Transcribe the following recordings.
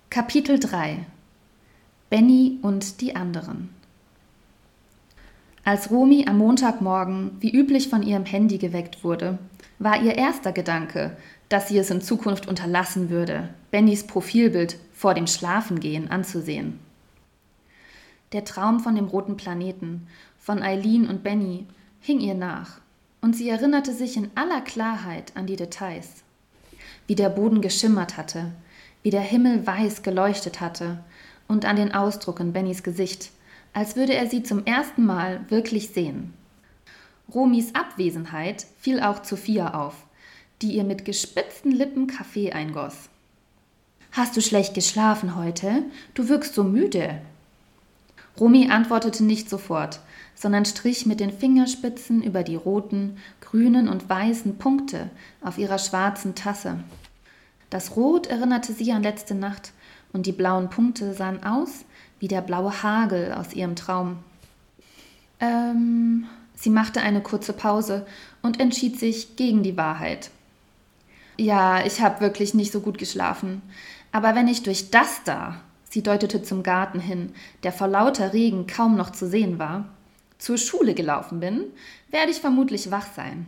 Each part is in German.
Kapitel 3 Benny und die anderen. Als Romy am Montagmorgen wie üblich von ihrem Handy geweckt wurde, war ihr erster Gedanke, dass sie es in Zukunft unterlassen würde, Bennys Profilbild vor dem Schlafengehen anzusehen. Der Traum von dem roten Planeten, von Eileen und Benny, hing ihr nach, und sie erinnerte sich in aller Klarheit an die Details. Wie der Boden geschimmert hatte, wie der Himmel weiß geleuchtet hatte und an den Ausdruck in Bennys Gesicht, als würde er sie zum ersten Mal wirklich sehen. Romys Abwesenheit fiel auch Sophia auf, die ihr mit gespitzten Lippen Kaffee eingoss. »Hast du schlecht geschlafen heute? Du wirkst so müde.« Romy antwortete nicht sofort, sondern strich mit den Fingerspitzen über die roten, grünen und weißen Punkte auf ihrer schwarzen Tasse. Das Rot erinnerte sie an letzte Nacht und die blauen Punkte sahen aus wie der blaue Hagel aus ihrem Traum. Sie machte eine kurze Pause und entschied sich gegen die Wahrheit. »Ja, ich habe wirklich nicht so gut geschlafen. Aber wenn ich durch das da«, sie deutete zum Garten hin, der vor lauter Regen kaum noch zu sehen war, »zur Schule gelaufen bin, werde ich vermutlich wach sein.«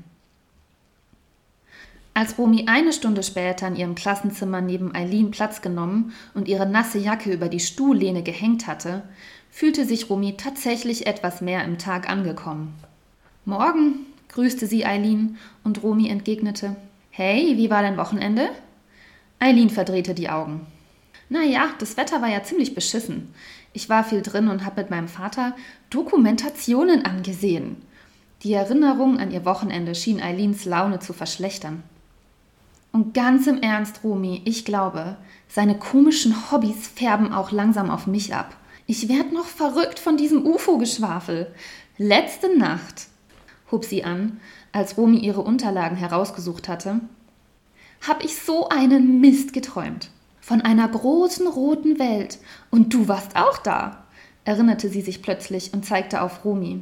Als Romy eine Stunde später in ihrem Klassenzimmer neben Eileen Platz genommen und ihre nasse Jacke über die Stuhllehne gehängt hatte, fühlte sich Romy tatsächlich etwas mehr im Tag angekommen. »Morgen«, grüßte sie Eileen und Romy entgegnete, »Hey, wie war dein Wochenende?« Eileen verdrehte die Augen. »Naja, das Wetter war ja ziemlich beschissen. Ich war viel drin und habe mit meinem Vater Dokumentationen angesehen.« Die Erinnerung an ihr Wochenende schien Eileens Laune zu verschlechtern. »Und ganz im Ernst, Romy, ich glaube, seine komischen Hobbys färben auch langsam auf mich ab. Ich werd noch verrückt von diesem UFO-Geschwafel. Letzte Nacht«, hob sie an, als Romy ihre Unterlagen herausgesucht hatte, »hab ich so einen Mist geträumt. Von einer großen roten Welt. Und du warst auch da«, erinnerte sie sich plötzlich und zeigte auf Romy.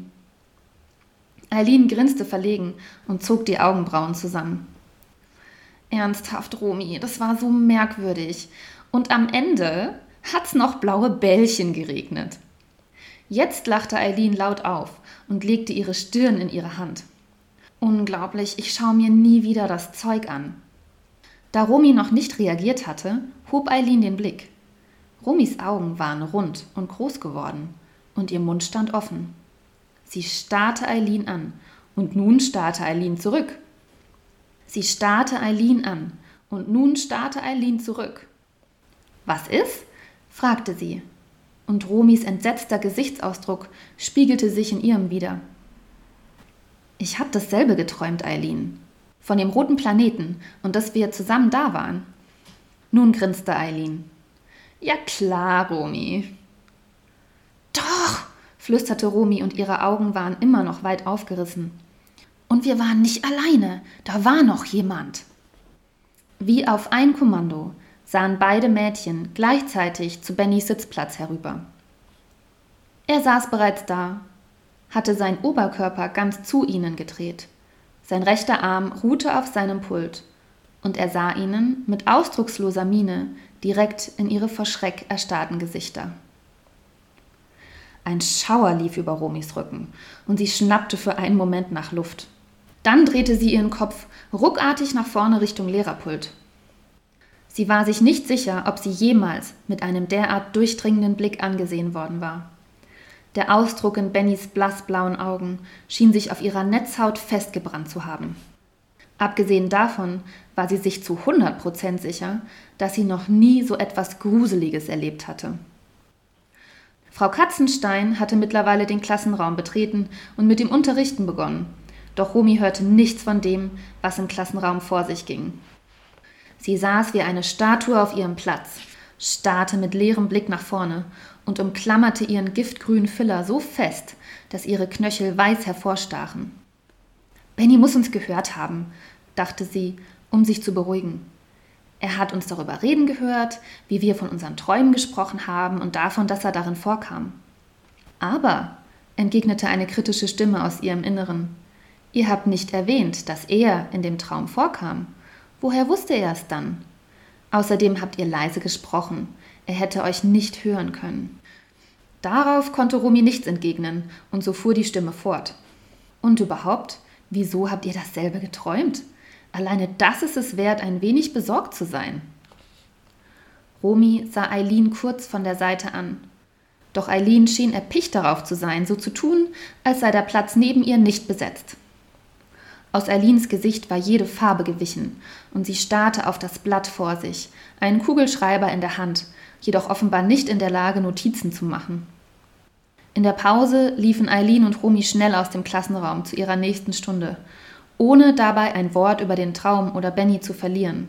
Eileen grinste verlegen und zog die Augenbrauen zusammen. »Ernsthaft, Romy, das war so merkwürdig. Und am Ende hat's noch blaue Bällchen geregnet.« Jetzt lachte Eileen laut auf und legte ihre Stirn in ihre Hand. »Unglaublich, ich schaue mir nie wieder das Zeug an.« Da Romy noch nicht reagiert hatte, hob Eileen den Blick. Romys Augen waren rund und groß geworden und ihr Mund stand offen. Sie starrte Eileen an und nun starrte Eileen zurück. Sie starrte Eileen an und nun starrte Eileen zurück. »Was ist?« fragte sie, und Romys entsetzter Gesichtsausdruck spiegelte sich in ihrem wider. »Ich hab dasselbe geträumt, Eileen. Von dem roten Planeten und dass wir zusammen da waren.« Nun grinste Eileen. »Ja klar, Romy.« »Doch«, flüsterte Romy und ihre Augen waren immer noch weit aufgerissen. »Und wir waren nicht alleine, da war noch jemand.« Wie auf ein Kommando sahen beide Mädchen gleichzeitig zu Bennys Sitzplatz herüber. Er saß bereits da, hatte seinen Oberkörper ganz zu ihnen gedreht. Sein rechter Arm ruhte auf seinem Pult und er sah ihnen mit ausdrucksloser Miene direkt in ihre vor Schreck erstarrten Gesichter. Ein Schauer lief über Romys Rücken und sie schnappte für einen Moment nach Luft. Dann drehte sie ihren Kopf ruckartig nach vorne Richtung Lehrerpult. Sie war sich nicht sicher, ob sie jemals mit einem derart durchdringenden Blick angesehen worden war. Der Ausdruck in Bennys blassblauen Augen schien sich auf ihrer Netzhaut festgebrannt zu haben. Abgesehen davon war sie sich zu 100% sicher, dass sie noch nie so etwas Gruseliges erlebt hatte. Frau Katzenstein hatte mittlerweile den Klassenraum betreten und mit dem Unterrichten begonnen, doch Romy hörte nichts von dem, was im Klassenraum vor sich ging. Sie saß wie eine Statue auf ihrem Platz, starrte mit leerem Blick nach vorne und umklammerte ihren giftgrünen Füller so fest, dass ihre Knöchel weiß hervorstachen. »Benny muss uns gehört haben«, dachte sie, um sich zu beruhigen. »Er hat uns darüber reden gehört, wie wir von unseren Träumen gesprochen haben und davon, dass er darin vorkam.« »Aber«, entgegnete eine kritische Stimme aus ihrem Inneren, »ihr habt nicht erwähnt, dass er in dem Traum vorkam. Woher wusste er es dann? Außerdem habt ihr leise gesprochen. er hätte euch nicht hören können. Darauf konnte Romy nichts entgegnen, und so fuhr die Stimme fort. Und überhaupt, wieso habt ihr dasselbe geträumt? Alleine das ist es wert, ein wenig besorgt zu sein. Romy sah Eileen kurz von der Seite an. Doch Eileen schien erpicht darauf zu sein, so zu tun, als sei der Platz neben ihr nicht besetzt. Aus Eileens Gesicht war jede Farbe gewichen, und sie starrte auf das Blatt vor sich, einen Kugelschreiber in der Hand, jedoch offenbar nicht in der Lage, Notizen zu machen. In der Pause liefen Eileen und Romy schnell aus dem Klassenraum zu ihrer nächsten Stunde, ohne dabei ein Wort über den Traum oder Benny zu verlieren.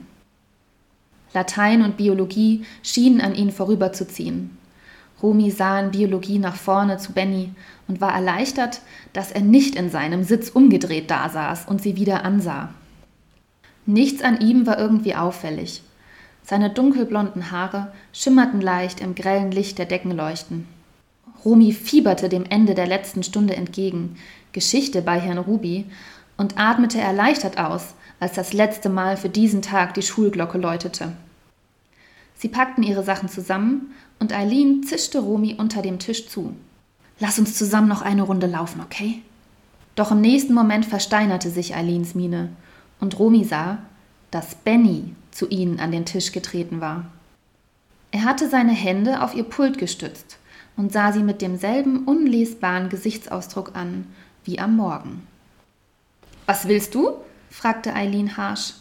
Latein und Biologie schienen an ihnen vorüberzuziehen. Romy sah in Biologie nach vorne zu Benny und war erleichtert, dass er nicht in seinem Sitz umgedreht dasaß und sie wieder ansah. Nichts an ihm war irgendwie auffällig. Seine dunkelblonden Haare schimmerten leicht im grellen Licht der Deckenleuchten. Romy fieberte dem Ende der letzten Stunde entgegen, Geschichte bei Herrn Ruby, und atmete erleichtert aus, als das letzte Mal für diesen Tag die Schulglocke läutete. Sie packten ihre Sachen zusammen und Eileen zischte Romy unter dem Tisch zu. »Lass uns zusammen noch eine Runde laufen, okay?« Doch im nächsten Moment versteinerte sich Eileens Miene und Romy sah, dass Benny zu ihnen an den Tisch getreten war. Er hatte seine Hände auf ihr Pult gestützt und sah sie mit demselben unlesbaren Gesichtsausdruck an wie am Morgen. »Was willst du?« fragte Eileen harsch.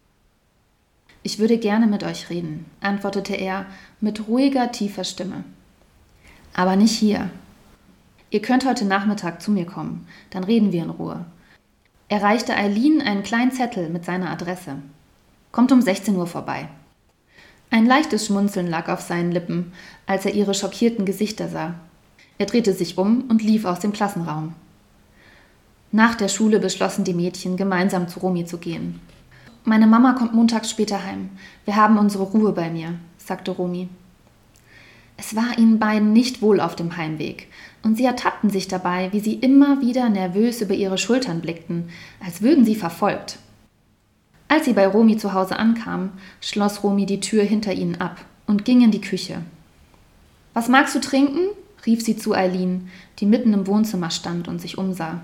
»Ich würde gerne mit euch reden«, antwortete er mit ruhiger, tiefer Stimme. »Aber nicht hier. Ihr könnt heute Nachmittag zu mir kommen, dann reden wir in Ruhe.« Er reichte Eileen einen kleinen Zettel mit seiner Adresse. »Kommt um 16 Uhr vorbei.« Ein leichtes Schmunzeln lag auf seinen Lippen, als er ihre schockierten Gesichter sah. Er drehte sich um und lief aus dem Klassenraum. Nach der Schule beschlossen die Mädchen, gemeinsam zu Romy zu gehen. »Meine Mama kommt montags später heim. Wir haben unsere Ruhe bei mir«, sagte Romy. Es war ihnen beiden nicht wohl auf dem Heimweg, und sie ertappten sich dabei, wie sie immer wieder nervös über ihre Schultern blickten, als würden sie verfolgt. Als sie bei Romy zu Hause ankamen, schloss Romy die Tür hinter ihnen ab und ging in die Küche. »Was magst du trinken?« rief sie zu Eileen, die mitten im Wohnzimmer stand und sich umsah.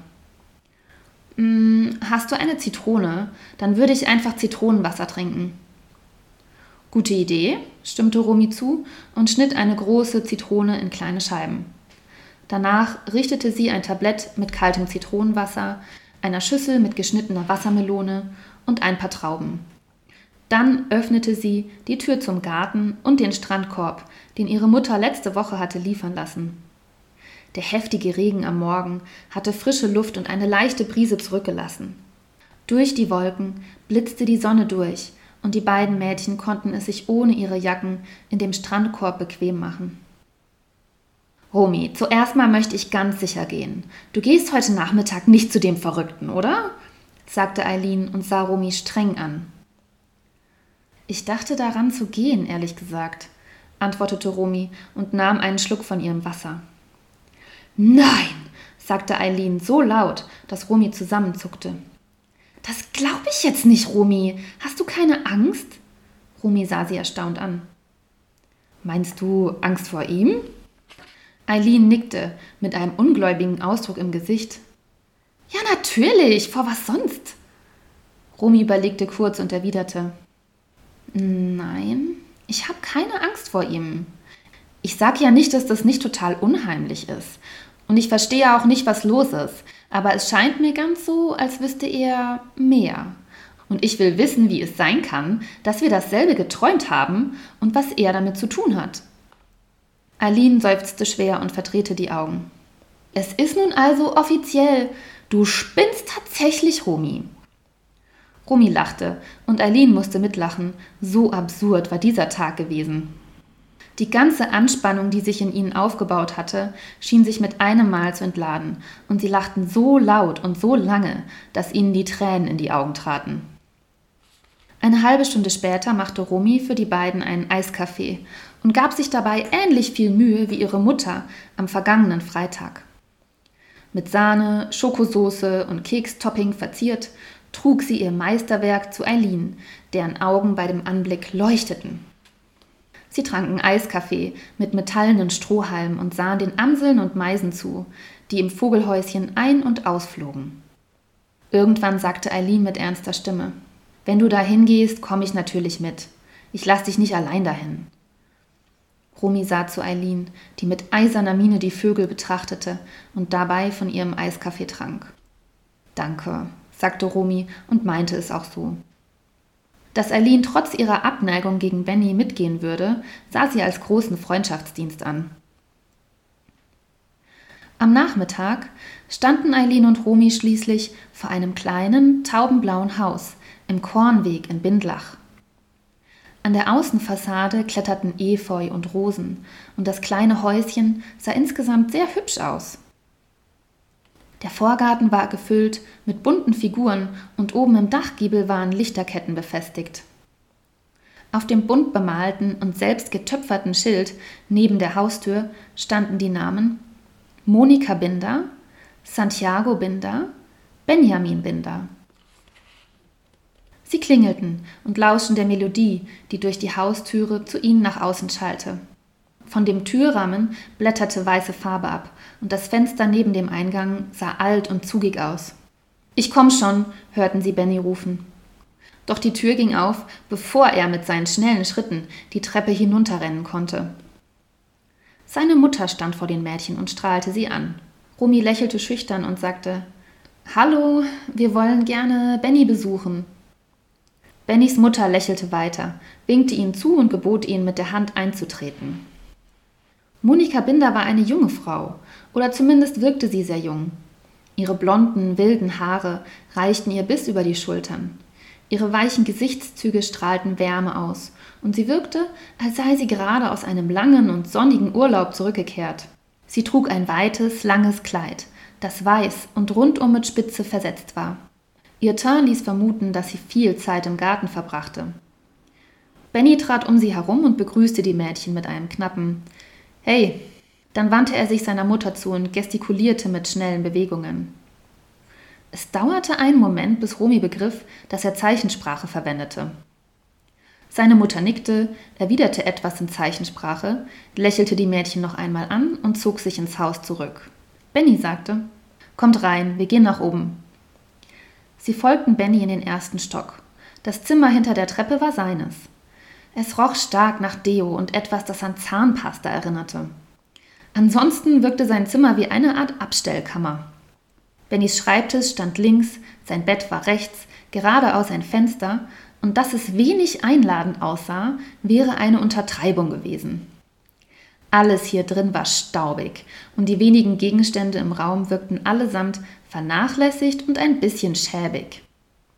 »Hast du eine Zitrone? Dann würde ich einfach Zitronenwasser trinken.« »Gute Idee«, stimmte Romy zu und schnitt eine große Zitrone in kleine Scheiben. Danach richtete sie ein Tablett mit kaltem Zitronenwasser, einer Schüssel mit geschnittener Wassermelone und ein paar Trauben. Dann öffnete sie die Tür zum Garten und den Strandkorb, den ihre Mutter letzte Woche hatte liefern lassen. Der heftige Regen am Morgen hatte frische Luft und eine leichte Brise zurückgelassen. Durch die Wolken blitzte die Sonne durch, und die beiden Mädchen konnten es sich ohne ihre Jacken in dem Strandkorb bequem machen. »Romy, zuerst mal möchte ich ganz sicher gehen. Du gehst heute Nachmittag nicht zu dem Verrückten, oder?« sagte Eileen und sah Romy streng an. »Ich dachte daran zu gehen, ehrlich gesagt«, antwortete Romy und nahm einen Schluck von ihrem Wasser. »Nein«, sagte Eileen so laut, dass Romy zusammenzuckte. »Das glaube ich jetzt nicht, Romy. Hast du keine Angst?« Romy sah sie erstaunt an. »Meinst du Angst vor ihm?« Eileen nickte mit einem ungläubigen Ausdruck im Gesicht. »Ja, natürlich. Vor was sonst?« Romy überlegte kurz und erwiderte. »Nein, ich habe keine Angst vor ihm. Ich sage ja nicht, dass das nicht total unheimlich ist. Und ich verstehe auch nicht, was los ist. Aber es scheint mir ganz so, als wüsste er mehr. Und ich will wissen, wie es sein kann, dass wir dasselbe geträumt haben und was er damit zu tun hat.« Eileen seufzte schwer und verdrehte die Augen. »Es ist nun also offiziell. Du spinnst tatsächlich, Romy.« Romy lachte und Eileen musste mitlachen. So absurd war dieser Tag gewesen. Die ganze Anspannung, die sich in ihnen aufgebaut hatte, schien sich mit einem Mal zu entladen, und sie lachten so laut und so lange, dass ihnen die Tränen in die Augen traten. Eine halbe Stunde später machte Romy für die beiden einen Eiskaffee und gab sich dabei ähnlich viel Mühe wie ihre Mutter am vergangenen Freitag. Mit Sahne, Schokosoße und Kekstopping verziert, trug sie ihr Meisterwerk zu Eileen, deren Augen bei dem Anblick leuchteten. Sie tranken Eiskaffee mit metallenen Strohhalmen und sahen den Amseln und Meisen zu, die im Vogelhäuschen ein- und ausflogen. Irgendwann sagte Eileen mit ernster Stimme: »Wenn du da hingehst, komme ich natürlich mit. Ich lass dich nicht allein dahin.« Romy sah zu Eileen, die mit eiserner Miene die Vögel betrachtete und dabei von ihrem Eiskaffee trank. »Danke«, sagte Romy und meinte es auch so. Dass Eileen trotz ihrer Abneigung gegen Benny mitgehen würde, sah sie als großen Freundschaftsdienst an. Am Nachmittag standen Eileen und Romy schließlich vor einem kleinen, taubenblauen Haus im Kornweg in Bindlach. An der Außenfassade kletterten Efeu und Rosen und das kleine Häuschen sah insgesamt sehr hübsch aus. Der Vorgarten war gefüllt mit bunten Figuren und oben im Dachgiebel waren Lichterketten befestigt. Auf dem bunt bemalten und selbst getöpferten Schild neben der Haustür standen die Namen Monika Binder, Santiago Binder, Benjamin Binder. Sie klingelten und lauschten der Melodie, die durch die Haustüre zu ihnen nach außen schallte. Von dem Türrahmen blätterte weiße Farbe ab und das Fenster neben dem Eingang sah alt und zugig aus. »Ich komm schon«, hörten sie Benny rufen. Doch die Tür ging auf, bevor er mit seinen schnellen Schritten die Treppe hinunterrennen konnte. Seine Mutter stand vor den Mädchen und strahlte sie an. Romy lächelte schüchtern und sagte: »Hallo, wir wollen gerne Benny besuchen.« Bennys Mutter lächelte weiter, winkte ihnen zu und gebot ihnen, mit der Hand einzutreten. Monika Binder war eine junge Frau, oder zumindest wirkte sie sehr jung. Ihre blonden, wilden Haare reichten ihr bis über die Schultern. Ihre weichen Gesichtszüge strahlten Wärme aus, und sie wirkte, als sei sie gerade aus einem langen und sonnigen Urlaub zurückgekehrt. Sie trug ein weites, langes Kleid, das weiß und rundum mit Spitze versetzt war. Ihr Teint ließ vermuten, dass sie viel Zeit im Garten verbrachte. Benny trat um sie herum und begrüßte die Mädchen mit einem knappen »Hey«. Dann wandte er sich seiner Mutter zu und gestikulierte mit schnellen Bewegungen. Es dauerte einen Moment, bis Romy begriff, dass er Zeichensprache verwendete. Seine Mutter nickte, erwiderte etwas in Zeichensprache, lächelte die Mädchen noch einmal an und zog sich ins Haus zurück. Benny sagte: »Kommt rein, wir gehen nach oben.« Sie folgten Benny in den ersten Stock. Das Zimmer hinter der Treppe war seines. Es roch stark nach Deo und etwas, das an Zahnpasta erinnerte. Ansonsten wirkte sein Zimmer wie eine Art Abstellkammer. Bennys Schreibtisch stand links, sein Bett war rechts, geradeaus ein Fenster, und dass es wenig einladend aussah, wäre eine Untertreibung gewesen. Alles hier drin war staubig, und die wenigen Gegenstände im Raum wirkten allesamt vernachlässigt und ein bisschen schäbig.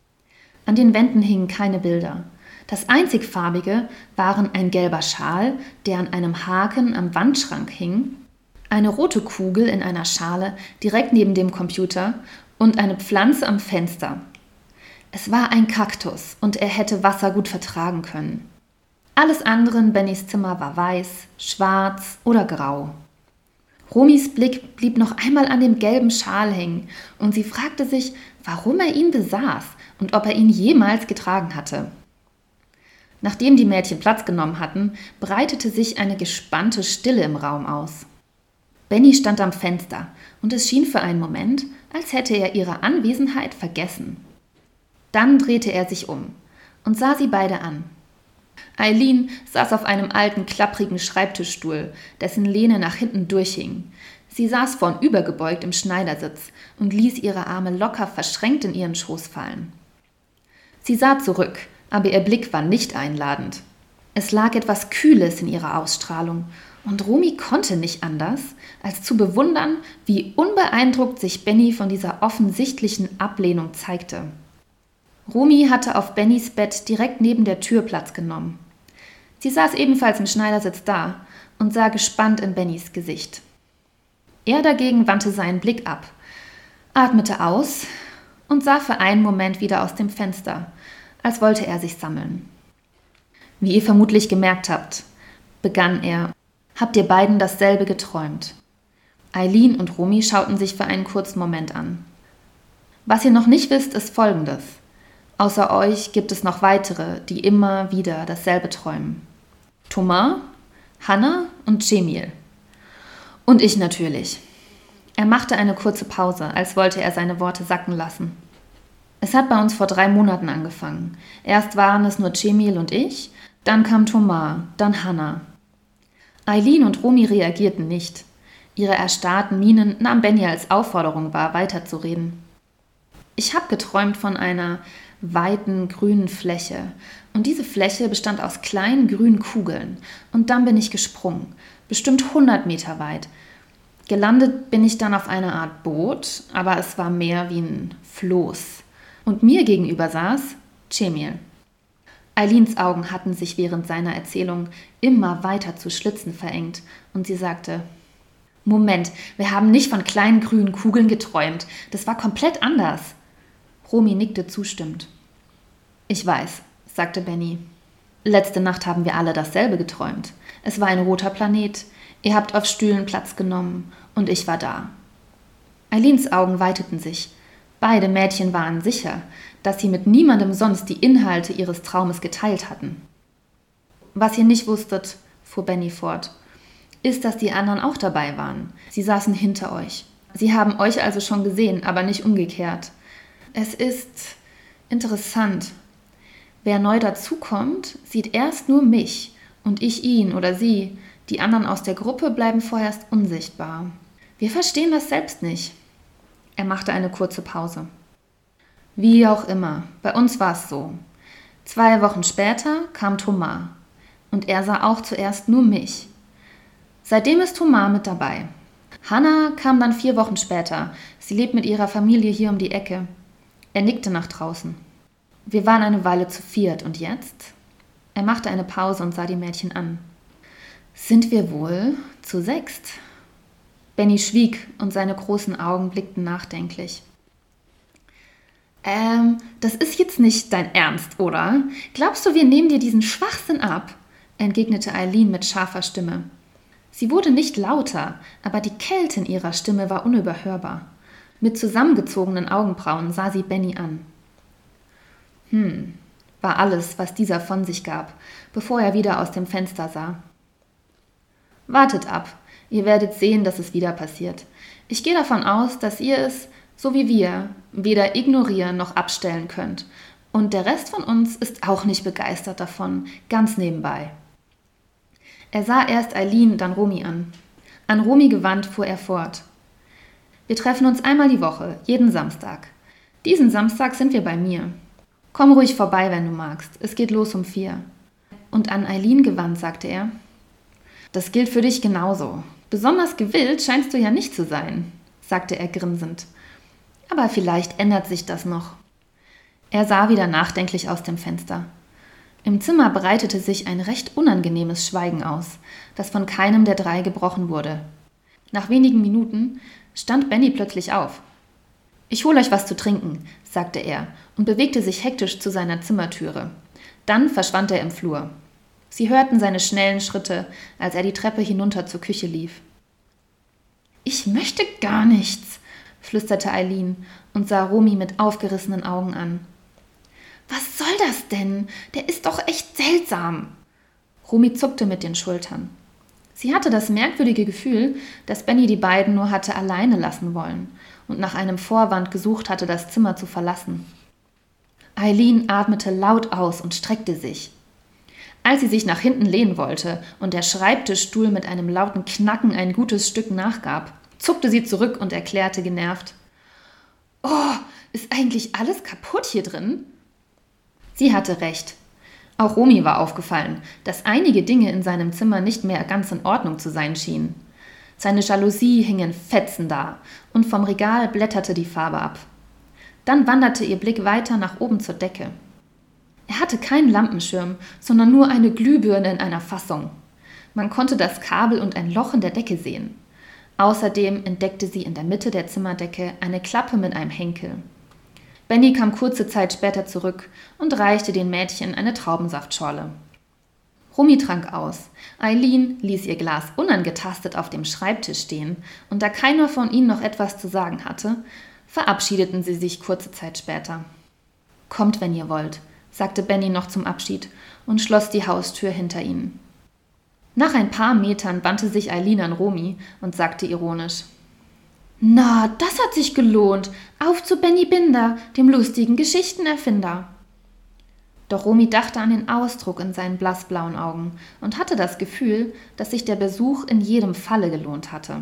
An den Wänden hingen keine Bilder. Das einzig Farbige waren ein gelber Schal, der an einem Haken am Wandschrank hing, eine rote Kugel in einer Schale direkt neben dem Computer und eine Pflanze am Fenster. Es war ein Kaktus und er hätte Wasser gut vertragen können. Alles andere in Bennys Zimmer war weiß, schwarz oder grau. Romys Blick blieb noch einmal an dem gelben Schal hängen und sie fragte sich, warum er ihn besaß und ob er ihn jemals getragen hatte. Nachdem die Mädchen Platz genommen hatten, breitete sich eine gespannte Stille im Raum aus. Benny stand am Fenster und es schien für einen Moment, als hätte er ihre Anwesenheit vergessen. Dann drehte er sich um und sah sie beide an. Eileen saß auf einem alten, klapprigen Schreibtischstuhl, dessen Lehne nach hinten durchhing. Sie saß vornübergebeugt im Schneidersitz und ließ ihre Arme locker verschränkt in ihren Schoß fallen. Sie sah zurück, aber ihr Blick war nicht einladend. Es lag etwas Kühles in ihrer Ausstrahlung, und Romy konnte nicht anders, als zu bewundern, wie unbeeindruckt sich Benny von dieser offensichtlichen Ablehnung zeigte. Romy hatte auf Bennys Bett direkt neben der Tür Platz genommen. Sie saß ebenfalls im Schneidersitz da und sah gespannt in Bennys Gesicht. Er dagegen wandte seinen Blick ab, atmete aus und sah für einen Moment wieder aus dem Fenster, als wollte er sich sammeln. »Wie ihr vermutlich gemerkt habt«, begann er, »habt ihr beiden dasselbe geträumt.« Eileen und Romy schauten sich für einen kurzen Moment an. »Was ihr noch nicht wisst, ist Folgendes. Außer euch gibt es noch weitere, die immer wieder dasselbe träumen.« Thomas, Hannah und Cemil. Und ich natürlich. Er machte eine kurze Pause, als wollte er seine Worte sacken lassen. Es hat bei uns vor 3 Monaten angefangen. Erst waren es nur Cemil und ich, dann kam Thomas, dann Hannah. Eileen und Romy reagierten nicht. Ihre erstarrten Mienen nahm Benny als Aufforderung wahr, weiterzureden. Ich habe geträumt von einer weiten grünen Fläche. Und diese Fläche bestand aus kleinen grünen Kugeln. Und dann bin ich gesprungen, bestimmt 100 Meter weit. Gelandet bin ich dann auf einer Art Boot, aber es war mehr wie ein Floß. Und mir gegenüber saß Cemil. Eileens Augen hatten sich während seiner Erzählung immer weiter zu Schlitzen verengt und sie sagte: Moment, wir haben nicht von kleinen grünen Kugeln geträumt. Das war komplett anders. Romy nickte zustimmend. Ich weiß, sagte Benny. Letzte Nacht haben wir alle dasselbe geträumt. Es war ein roter Planet. Ihr habt auf Stühlen Platz genommen und ich war da. Eileens Augen weiteten sich. Beide Mädchen waren sicher, dass sie mit niemandem sonst die Inhalte ihres Traumes geteilt hatten. Was ihr nicht wusstet, fuhr Benny fort, ist, dass die anderen auch dabei waren. Sie saßen hinter euch. Sie haben euch also schon gesehen, aber nicht umgekehrt. Es ist interessant. Wer neu dazukommt, sieht erst nur mich und ich ihn oder sie. Die anderen aus der Gruppe bleiben vorerst unsichtbar. Wir verstehen das selbst nicht. Er machte eine kurze Pause. Wie auch immer, bei uns war es so. 2 Wochen später kam Thomas und er sah auch zuerst nur mich. Seitdem ist Thomas mit dabei. Hannah kam dann 4 Wochen später. Sie lebt mit ihrer Familie hier um die Ecke. Er nickte nach draußen. Wir waren eine Weile zu 4 und jetzt? Er machte eine Pause und sah die Mädchen an. Sind wir wohl zu 6? Benny schwieg und seine großen Augen blickten nachdenklich. Das ist jetzt nicht dein Ernst, oder? Glaubst du, wir nehmen dir diesen Schwachsinn ab? Entgegnete Eileen mit scharfer Stimme. Sie wurde nicht lauter, aber die Kälte in ihrer Stimme war unüberhörbar. Mit zusammengezogenen Augenbrauen sah sie Benny an. War alles, was dieser von sich gab, bevor er wieder aus dem Fenster sah. Wartet ab, ihr werdet sehen, dass es wieder passiert. Ich gehe davon aus, dass ihr es, so wie wir, weder ignorieren noch abstellen könnt. Und der Rest von uns ist auch nicht begeistert davon, ganz nebenbei. Er sah erst Eileen, dann Romy an. An Romy gewandt fuhr er fort. Wir treffen uns einmal die Woche, jeden Samstag. Diesen Samstag sind wir bei mir. Komm ruhig vorbei, wenn du magst. Es geht los um 4. Und an Eileen gewandt, sagte er. Das gilt für dich genauso. Besonders gewillt scheinst du ja nicht zu sein, sagte er grinsend. Aber vielleicht ändert sich das noch. Er sah wieder nachdenklich aus dem Fenster. Im Zimmer breitete sich ein recht unangenehmes Schweigen aus, das von keinem der 3 gebrochen wurde. Nach wenigen Minuten stand Benny plötzlich auf. Ich hol euch was zu trinken, sagte er und bewegte sich hektisch zu seiner Zimmertüre. Dann verschwand er im Flur. Sie hörten seine schnellen Schritte, als er die Treppe hinunter zur Küche lief. Ich möchte gar nichts, flüsterte Eileen und sah Romy mit aufgerissenen Augen an. Was soll das denn? Der ist doch echt seltsam. Romy zuckte mit den Schultern. Sie hatte das merkwürdige Gefühl, dass Benny die beiden nur hatte alleine lassen wollen und nach einem Vorwand gesucht hatte, das Zimmer zu verlassen. Eileen atmete laut aus und streckte sich. Als sie sich nach hinten lehnen wollte und der Schreibtischstuhl mit einem lauten Knacken ein gutes Stück nachgab, zuckte sie zurück und erklärte genervt: Oh, ist eigentlich alles kaputt hier drin? Sie hatte recht. Auch Romy war aufgefallen, dass einige Dinge in seinem Zimmer nicht mehr ganz in Ordnung zu sein schienen. Seine Jalousie hing in Fetzen da und vom Regal blätterte die Farbe ab. Dann wanderte ihr Blick weiter nach oben zur Decke. Er hatte keinen Lampenschirm, sondern nur eine Glühbirne in einer Fassung. Man konnte das Kabel und ein Loch in der Decke sehen. Außerdem entdeckte sie in der Mitte der Zimmerdecke eine Klappe mit einem Henkel. Benny kam kurze Zeit später zurück und reichte den Mädchen eine Traubensaftschorle. Romy trank aus. Eileen ließ ihr Glas unangetastet auf dem Schreibtisch stehen und da keiner von ihnen noch etwas zu sagen hatte, verabschiedeten sie sich kurze Zeit später. Kommt, wenn ihr wollt, sagte Benny noch zum Abschied und schloss die Haustür hinter ihnen. Nach ein paar Metern wandte sich Eileen an Romy und sagte ironisch: »Na, das hat sich gelohnt. Auf zu Benny Binder, dem lustigen Geschichtenerfinder.« Doch Romy dachte an den Ausdruck in seinen blassblauen Augen und hatte das Gefühl, dass sich der Besuch in jedem Falle gelohnt hatte.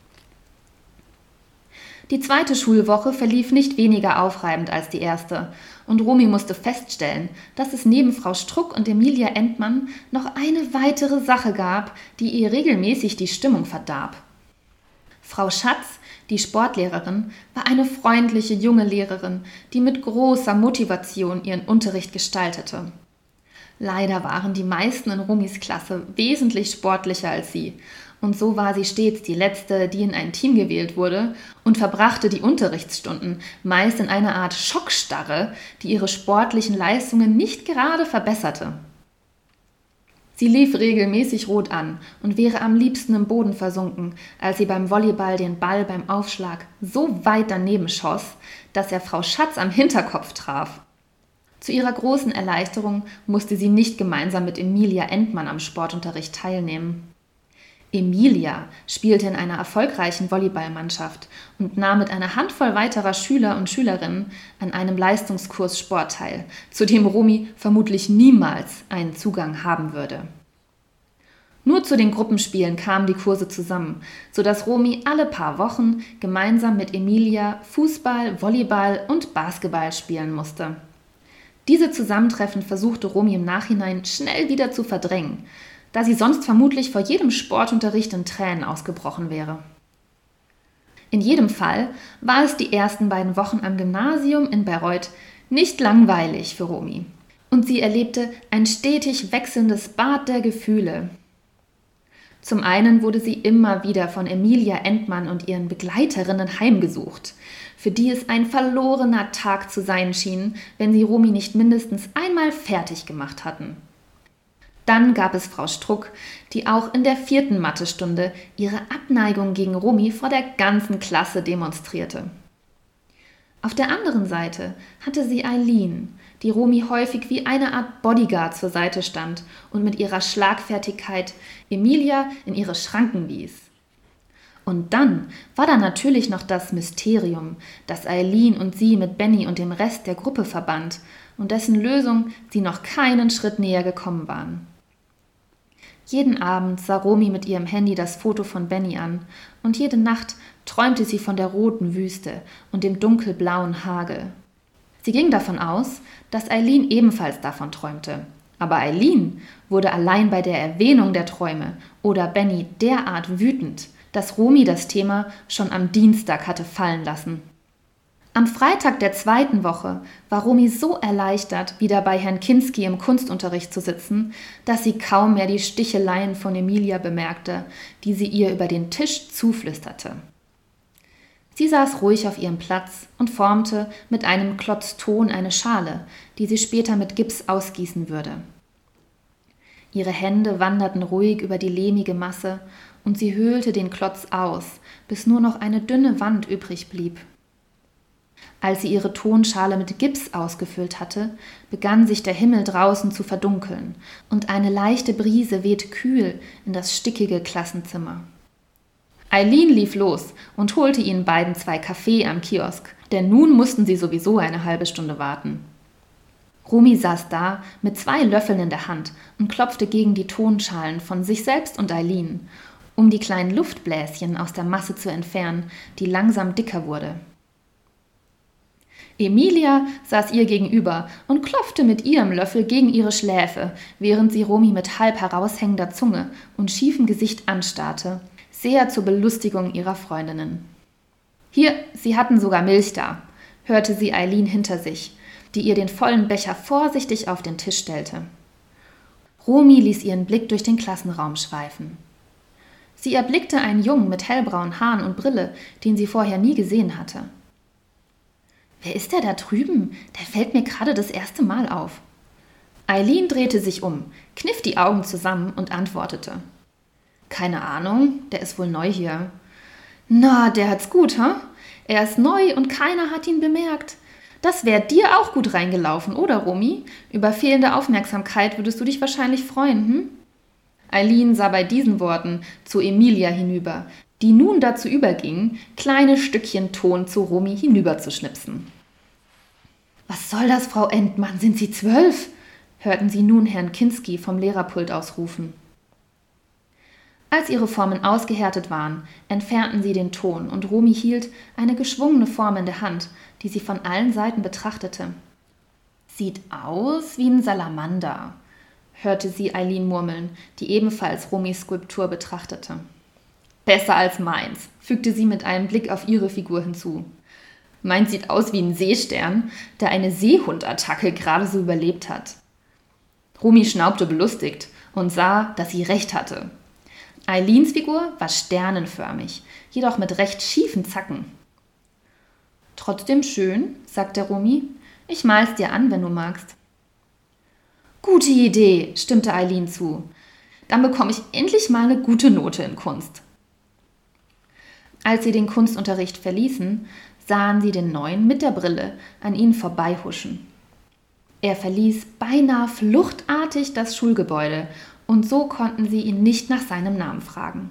Die zweite Schulwoche verlief nicht weniger aufreibend als die erste, und Romy musste feststellen, dass es neben Frau Struck und Emilia Entmann noch eine weitere Sache gab, die ihr regelmäßig die Stimmung verdarb. Frau Schatz, die Sportlehrerin, war eine freundliche junge Lehrerin, die mit großer Motivation ihren Unterricht gestaltete. Leider waren die meisten in Romys Klasse wesentlich sportlicher als sie, und so war sie stets die Letzte, die in ein Team gewählt wurde, und verbrachte die Unterrichtsstunden meist in einer Art Schockstarre, die ihre sportlichen Leistungen nicht gerade verbesserte. Sie lief regelmäßig rot an und wäre am liebsten im Boden versunken, als sie beim Volleyball den Ball beim Aufschlag so weit daneben schoss, dass er Frau Schatz am Hinterkopf traf. Zu ihrer großen Erleichterung musste sie nicht gemeinsam mit Emilia Entmann am Sportunterricht teilnehmen. Emilia spielte in einer erfolgreichen Volleyballmannschaft und nahm mit einer Handvoll weiterer Schüler und Schülerinnen an einem Leistungskurs Sport teil, zu dem Romy vermutlich niemals einen Zugang haben würde. Nur zu den Gruppenspielen kamen die Kurse zusammen, sodass Romy alle paar Wochen gemeinsam mit Emilia Fußball, Volleyball und Basketball spielen musste. Diese Zusammentreffen versuchte Romy im Nachhinein schnell wieder zu verdrängen, da sie sonst vermutlich vor jedem Sportunterricht in Tränen ausgebrochen wäre. In jedem Fall war es die ersten beiden Wochen am Gymnasium in Bayreuth nicht langweilig für Romy, und sie erlebte ein stetig wechselndes Bad der Gefühle. Zum einen wurde sie immer wieder von Emilia Entmann und ihren Begleiterinnen heimgesucht, für die es ein verlorener Tag zu sein schien, wenn sie Romy nicht mindestens einmal fertig gemacht hatten. Dann gab es Frau Struck, die auch in der 4. Mathestunde ihre Abneigung gegen Romy vor der ganzen Klasse demonstrierte. Auf der anderen Seite hatte sie Eileen, die Romy häufig wie eine Art Bodyguard zur Seite stand und mit ihrer Schlagfertigkeit Emilia in ihre Schranken wies. Und dann war da natürlich noch das Mysterium, das Eileen und sie mit Benny und dem Rest der Gruppe verband und dessen Lösung sie noch keinen Schritt näher gekommen waren. Jeden Abend sah Romy mit ihrem Handy das Foto von Benny an und jede Nacht träumte sie von der roten Wüste und dem dunkelblauen Hagel. Sie ging davon aus, dass Eileen ebenfalls davon träumte. Aber Eileen wurde allein bei der Erwähnung der Träume oder Benny derart wütend, dass Romy das Thema schon am Dienstag hatte fallen lassen. Am Freitag der 2. Woche war Romy so erleichtert, wieder bei Herrn Kinski im Kunstunterricht zu sitzen, dass sie kaum mehr die Sticheleien von Emilia bemerkte, die sie ihr über den Tisch zuflüsterte. Sie saß ruhig auf ihrem Platz und formte mit einem Klotz Ton eine Schale, die sie später mit Gips ausgießen würde. Ihre Hände wanderten ruhig über die lehmige Masse und sie höhlte den Klotz aus, bis nur noch eine dünne Wand übrig blieb. Als sie ihre Tonschale mit Gips ausgefüllt hatte, begann sich der Himmel draußen zu verdunkeln und eine leichte Brise wehte kühl in das stickige Klassenzimmer. Eileen lief los und holte ihnen beiden 2 Kaffee am Kiosk, denn nun mussten sie sowieso eine halbe Stunde warten. Romy saß da mit 2 Löffeln in der Hand und klopfte gegen die Tonschalen von sich selbst und Eileen, um die kleinen Luftbläschen aus der Masse zu entfernen, die langsam dicker wurde. Emilia saß ihr gegenüber und klopfte mit ihrem Löffel gegen ihre Schläfe, während sie Romy mit halb heraushängender Zunge und schiefem Gesicht anstarrte, sehr zur Belustigung ihrer Freundinnen. Hier, sie hatten sogar Milch da, hörte sie Eileen hinter sich, die ihr den vollen Becher vorsichtig auf den Tisch stellte. Romy ließ ihren Blick durch den Klassenraum schweifen. Sie erblickte einen Jungen mit hellbraunen Haaren und Brille, den sie vorher nie gesehen hatte. »Wer ist der da drüben? Der fällt mir gerade das erste Mal auf.« Eileen drehte sich um, kniff die Augen zusammen und antwortete. »Keine Ahnung, der ist wohl neu hier.« »Na, der hat's gut, hä? Er ist neu und keiner hat ihn bemerkt. Das wäre dir auch gut reingelaufen, oder, Romy? Über fehlende Aufmerksamkeit würdest du dich wahrscheinlich freuen, hm?« Eileen sah bei diesen Worten zu Emilia hinüber, die nun dazu überging, kleine Stückchen Ton zu Romy hinüberzuschnipsen. »Was soll das, Frau Entmann, sind Sie 12?« hörten sie nun Herrn Kinski vom Lehrerpult aus rufen. Als ihre Formen ausgehärtet waren, entfernten sie den Ton und Romy hielt eine geschwungene Form in der Hand, die sie von allen Seiten betrachtete. »Sieht aus wie ein Salamander«, hörte sie Eileen murmeln, die ebenfalls Romys Skulptur betrachtete. »Besser als meins«, fügte sie mit einem Blick auf ihre Figur hinzu. »Meins sieht aus wie ein Seestern, der eine Seehundattacke gerade so überlebt hat.« Romy schnaubte belustigt und sah, dass sie recht hatte. Eileens Figur war sternenförmig, jedoch mit recht schiefen Zacken. »Trotzdem schön«, sagte Romy. »Ich mal's dir an, wenn du magst.« »Gute Idee«, stimmte Eileen zu. »Dann bekomme ich endlich mal eine gute Note in Kunst.« Als sie den Kunstunterricht verließen, sahen sie den Neuen mit der Brille an ihnen vorbeihuschen. Er verließ beinahe fluchtartig das Schulgebäude, und so konnten sie ihn nicht nach seinem Namen fragen.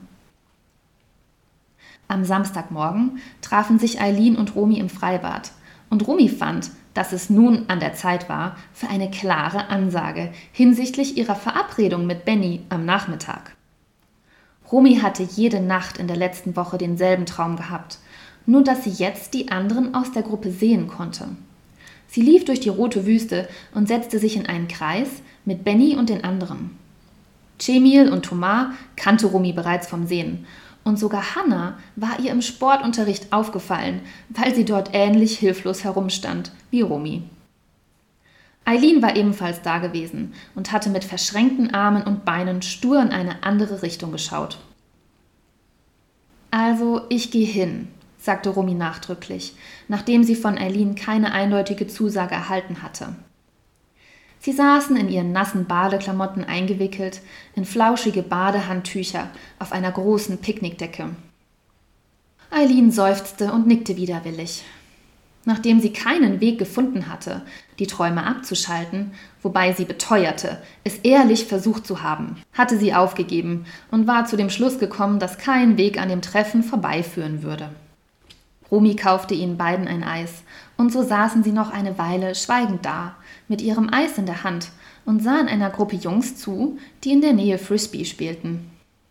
Am Samstagmorgen trafen sich Eileen und Romy im Freibad, und Romy fand, dass es nun an der Zeit war für eine klare Ansage hinsichtlich ihrer Verabredung mit Benny am Nachmittag. Romy hatte jede Nacht in der letzten Woche denselben Traum gehabt, nur dass sie jetzt die anderen aus der Gruppe sehen konnte. Sie lief durch die rote Wüste und setzte sich in einen Kreis mit Benny und den anderen. Cemil und Thomas kannte Romy bereits vom Sehen, und sogar Hannah war ihr im Sportunterricht aufgefallen, weil sie dort ähnlich hilflos herumstand wie Romy. Eileen war ebenfalls da gewesen und hatte mit verschränkten Armen und Beinen stur in eine andere Richtung geschaut. »Also, ich gehe hin«, sagte Romy nachdrücklich, nachdem sie von Eileen keine eindeutige Zusage erhalten hatte. Sie saßen in ihren nassen Badeklamotten eingewickelt, in flauschige Badehandtücher auf einer großen Picknickdecke. Eileen seufzte und nickte widerwillig. Nachdem sie keinen Weg gefunden hatte, die Träume abzuschalten, wobei sie beteuerte, es ehrlich versucht zu haben, hatte sie aufgegeben und war zu dem Schluss gekommen, dass kein Weg an dem Treffen vorbeiführen würde. Romy kaufte ihnen beiden ein Eis, und so saßen sie noch eine Weile schweigend da, mit ihrem Eis in der Hand, und sahen einer Gruppe Jungs zu, die in der Nähe Frisbee spielten.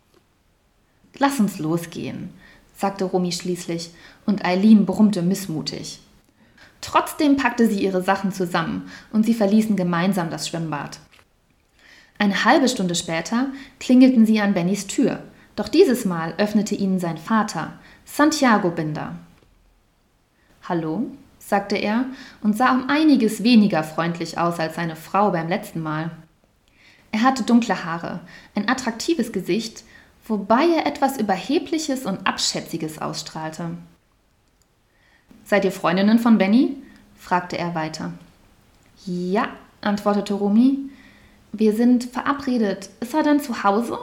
»Lass uns losgehen«, sagte Romy schließlich, und Eileen brummte missmutig. Trotzdem packte sie ihre Sachen zusammen, und sie verließen gemeinsam das Schwimmbad. Eine halbe Stunde später klingelten sie an Bennys Tür, doch dieses Mal öffnete ihnen sein Vater, Santiago Binder. »Hallo«, sagte er und sah um einiges weniger freundlich aus als seine Frau beim letzten Mal. Er hatte dunkle Haare, ein attraktives Gesicht, wobei er etwas Überhebliches und Abschätziges ausstrahlte. »Seid ihr Freundinnen von Benny?« fragte er weiter. »Ja«, antwortete Romy. »Wir sind verabredet. Ist er denn zu Hause?«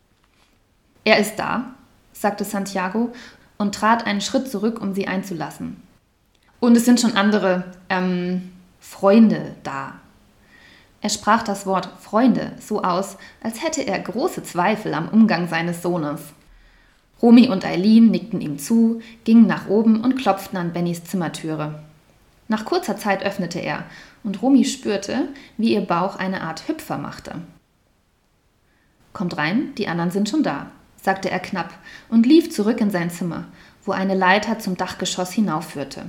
»Er ist da«, sagte Santiago und trat einen Schritt zurück, um sie einzulassen. »Und es sind schon andere, Freunde da.« Er sprach das Wort Freunde so aus, als hätte er große Zweifel am Umgang seines Sohnes. Romy und Eileen nickten ihm zu, gingen nach oben und klopften an Bennys Zimmertüre. Nach kurzer Zeit öffnete er, und Romy spürte, wie ihr Bauch eine Art Hüpfer machte. »Kommt rein, die anderen sind schon da«, sagte er knapp und lief zurück in sein Zimmer, wo eine Leiter zum Dachgeschoss hinaufführte.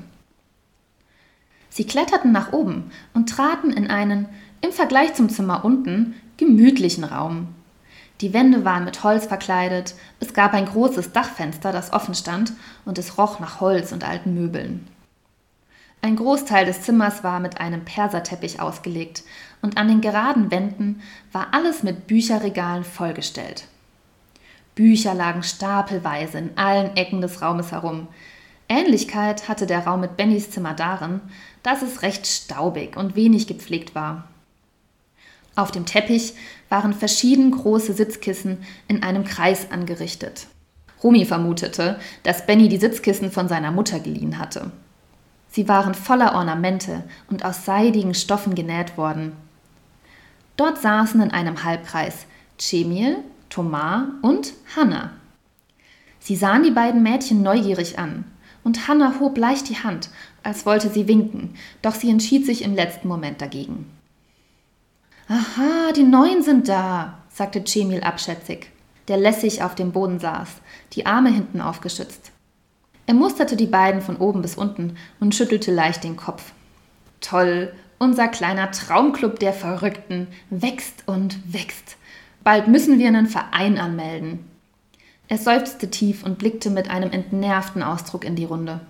Sie kletterten nach oben und traten in einen, im Vergleich zum Zimmer unten, gemütlichen Raum. Die Wände waren mit Holz verkleidet, es gab ein großes Dachfenster, das offen stand, und es roch nach Holz und alten Möbeln. Ein Großteil des Zimmers war mit einem Perserteppich ausgelegt, und an den geraden Wänden war alles mit Bücherregalen vollgestellt. Bücher lagen stapelweise in allen Ecken des Raumes herum. Ähnlichkeit hatte der Raum mit Bennys Zimmer darin, dass es recht staubig und wenig gepflegt war. Auf dem Teppich waren verschieden große Sitzkissen in einem Kreis angerichtet. Romy vermutete, dass Benny die Sitzkissen von seiner Mutter geliehen hatte. Sie waren voller Ornamente und aus seidigen Stoffen genäht worden. Dort saßen in einem Halbkreis Cemil, Thomas und Hannah. Sie sahen die beiden Mädchen neugierig an und Hannah hob leicht die Hand, als wollte sie winken, doch sie entschied sich im letzten Moment dagegen. »Aha, die Neuen sind da«, sagte Cemil abschätzig, der lässig auf dem Boden saß, die Arme hinten aufgestützt. Er musterte die beiden von oben bis unten und schüttelte leicht den Kopf. »Toll, unser kleiner Traumclub der Verrückten wächst und wächst. Bald müssen wir einen Verein anmelden.« Er seufzte tief und blickte mit einem entnervten Ausdruck in die Runde.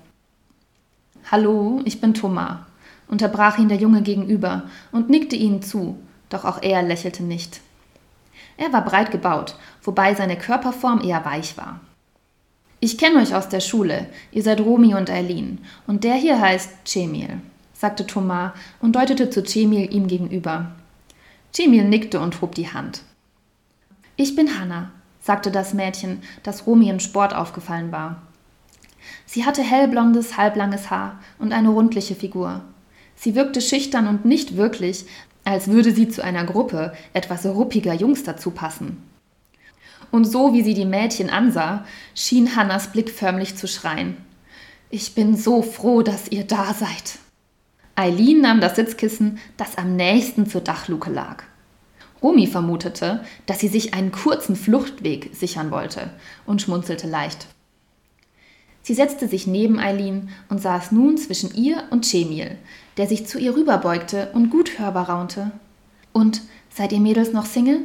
»Hallo, ich bin Thomas«, unterbrach ihn der Junge gegenüber und nickte ihnen zu, doch auch er lächelte nicht. Er war breit gebaut, wobei seine Körperform eher weich war. »Ich kenne euch aus der Schule, ihr seid Romy und Eileen, und der hier heißt Cemil«, sagte Thomas und deutete zu Cemil ihm gegenüber. Cemil nickte und hob die Hand. »Ich bin Hannah«, sagte das Mädchen, das Romy im Sport aufgefallen war. Sie hatte hellblondes, halblanges Haar und eine rundliche Figur. Sie wirkte schüchtern und nicht wirklich, als würde sie zu einer Gruppe etwas ruppiger Jungs dazu passen. Und so wie sie die Mädchen ansah, schien Hannahs Blick förmlich zu schreien. »Ich bin so froh, dass ihr da seid.« Eileen nahm das Sitzkissen, das am nächsten zur Dachluke lag. Romy vermutete, dass sie sich einen kurzen Fluchtweg sichern wollte und schmunzelte leicht. Sie setzte sich neben Eileen und saß nun zwischen ihr und Cemil, der sich zu ihr rüberbeugte und gut hörbar raunte. »Und, seid ihr Mädels noch Single?«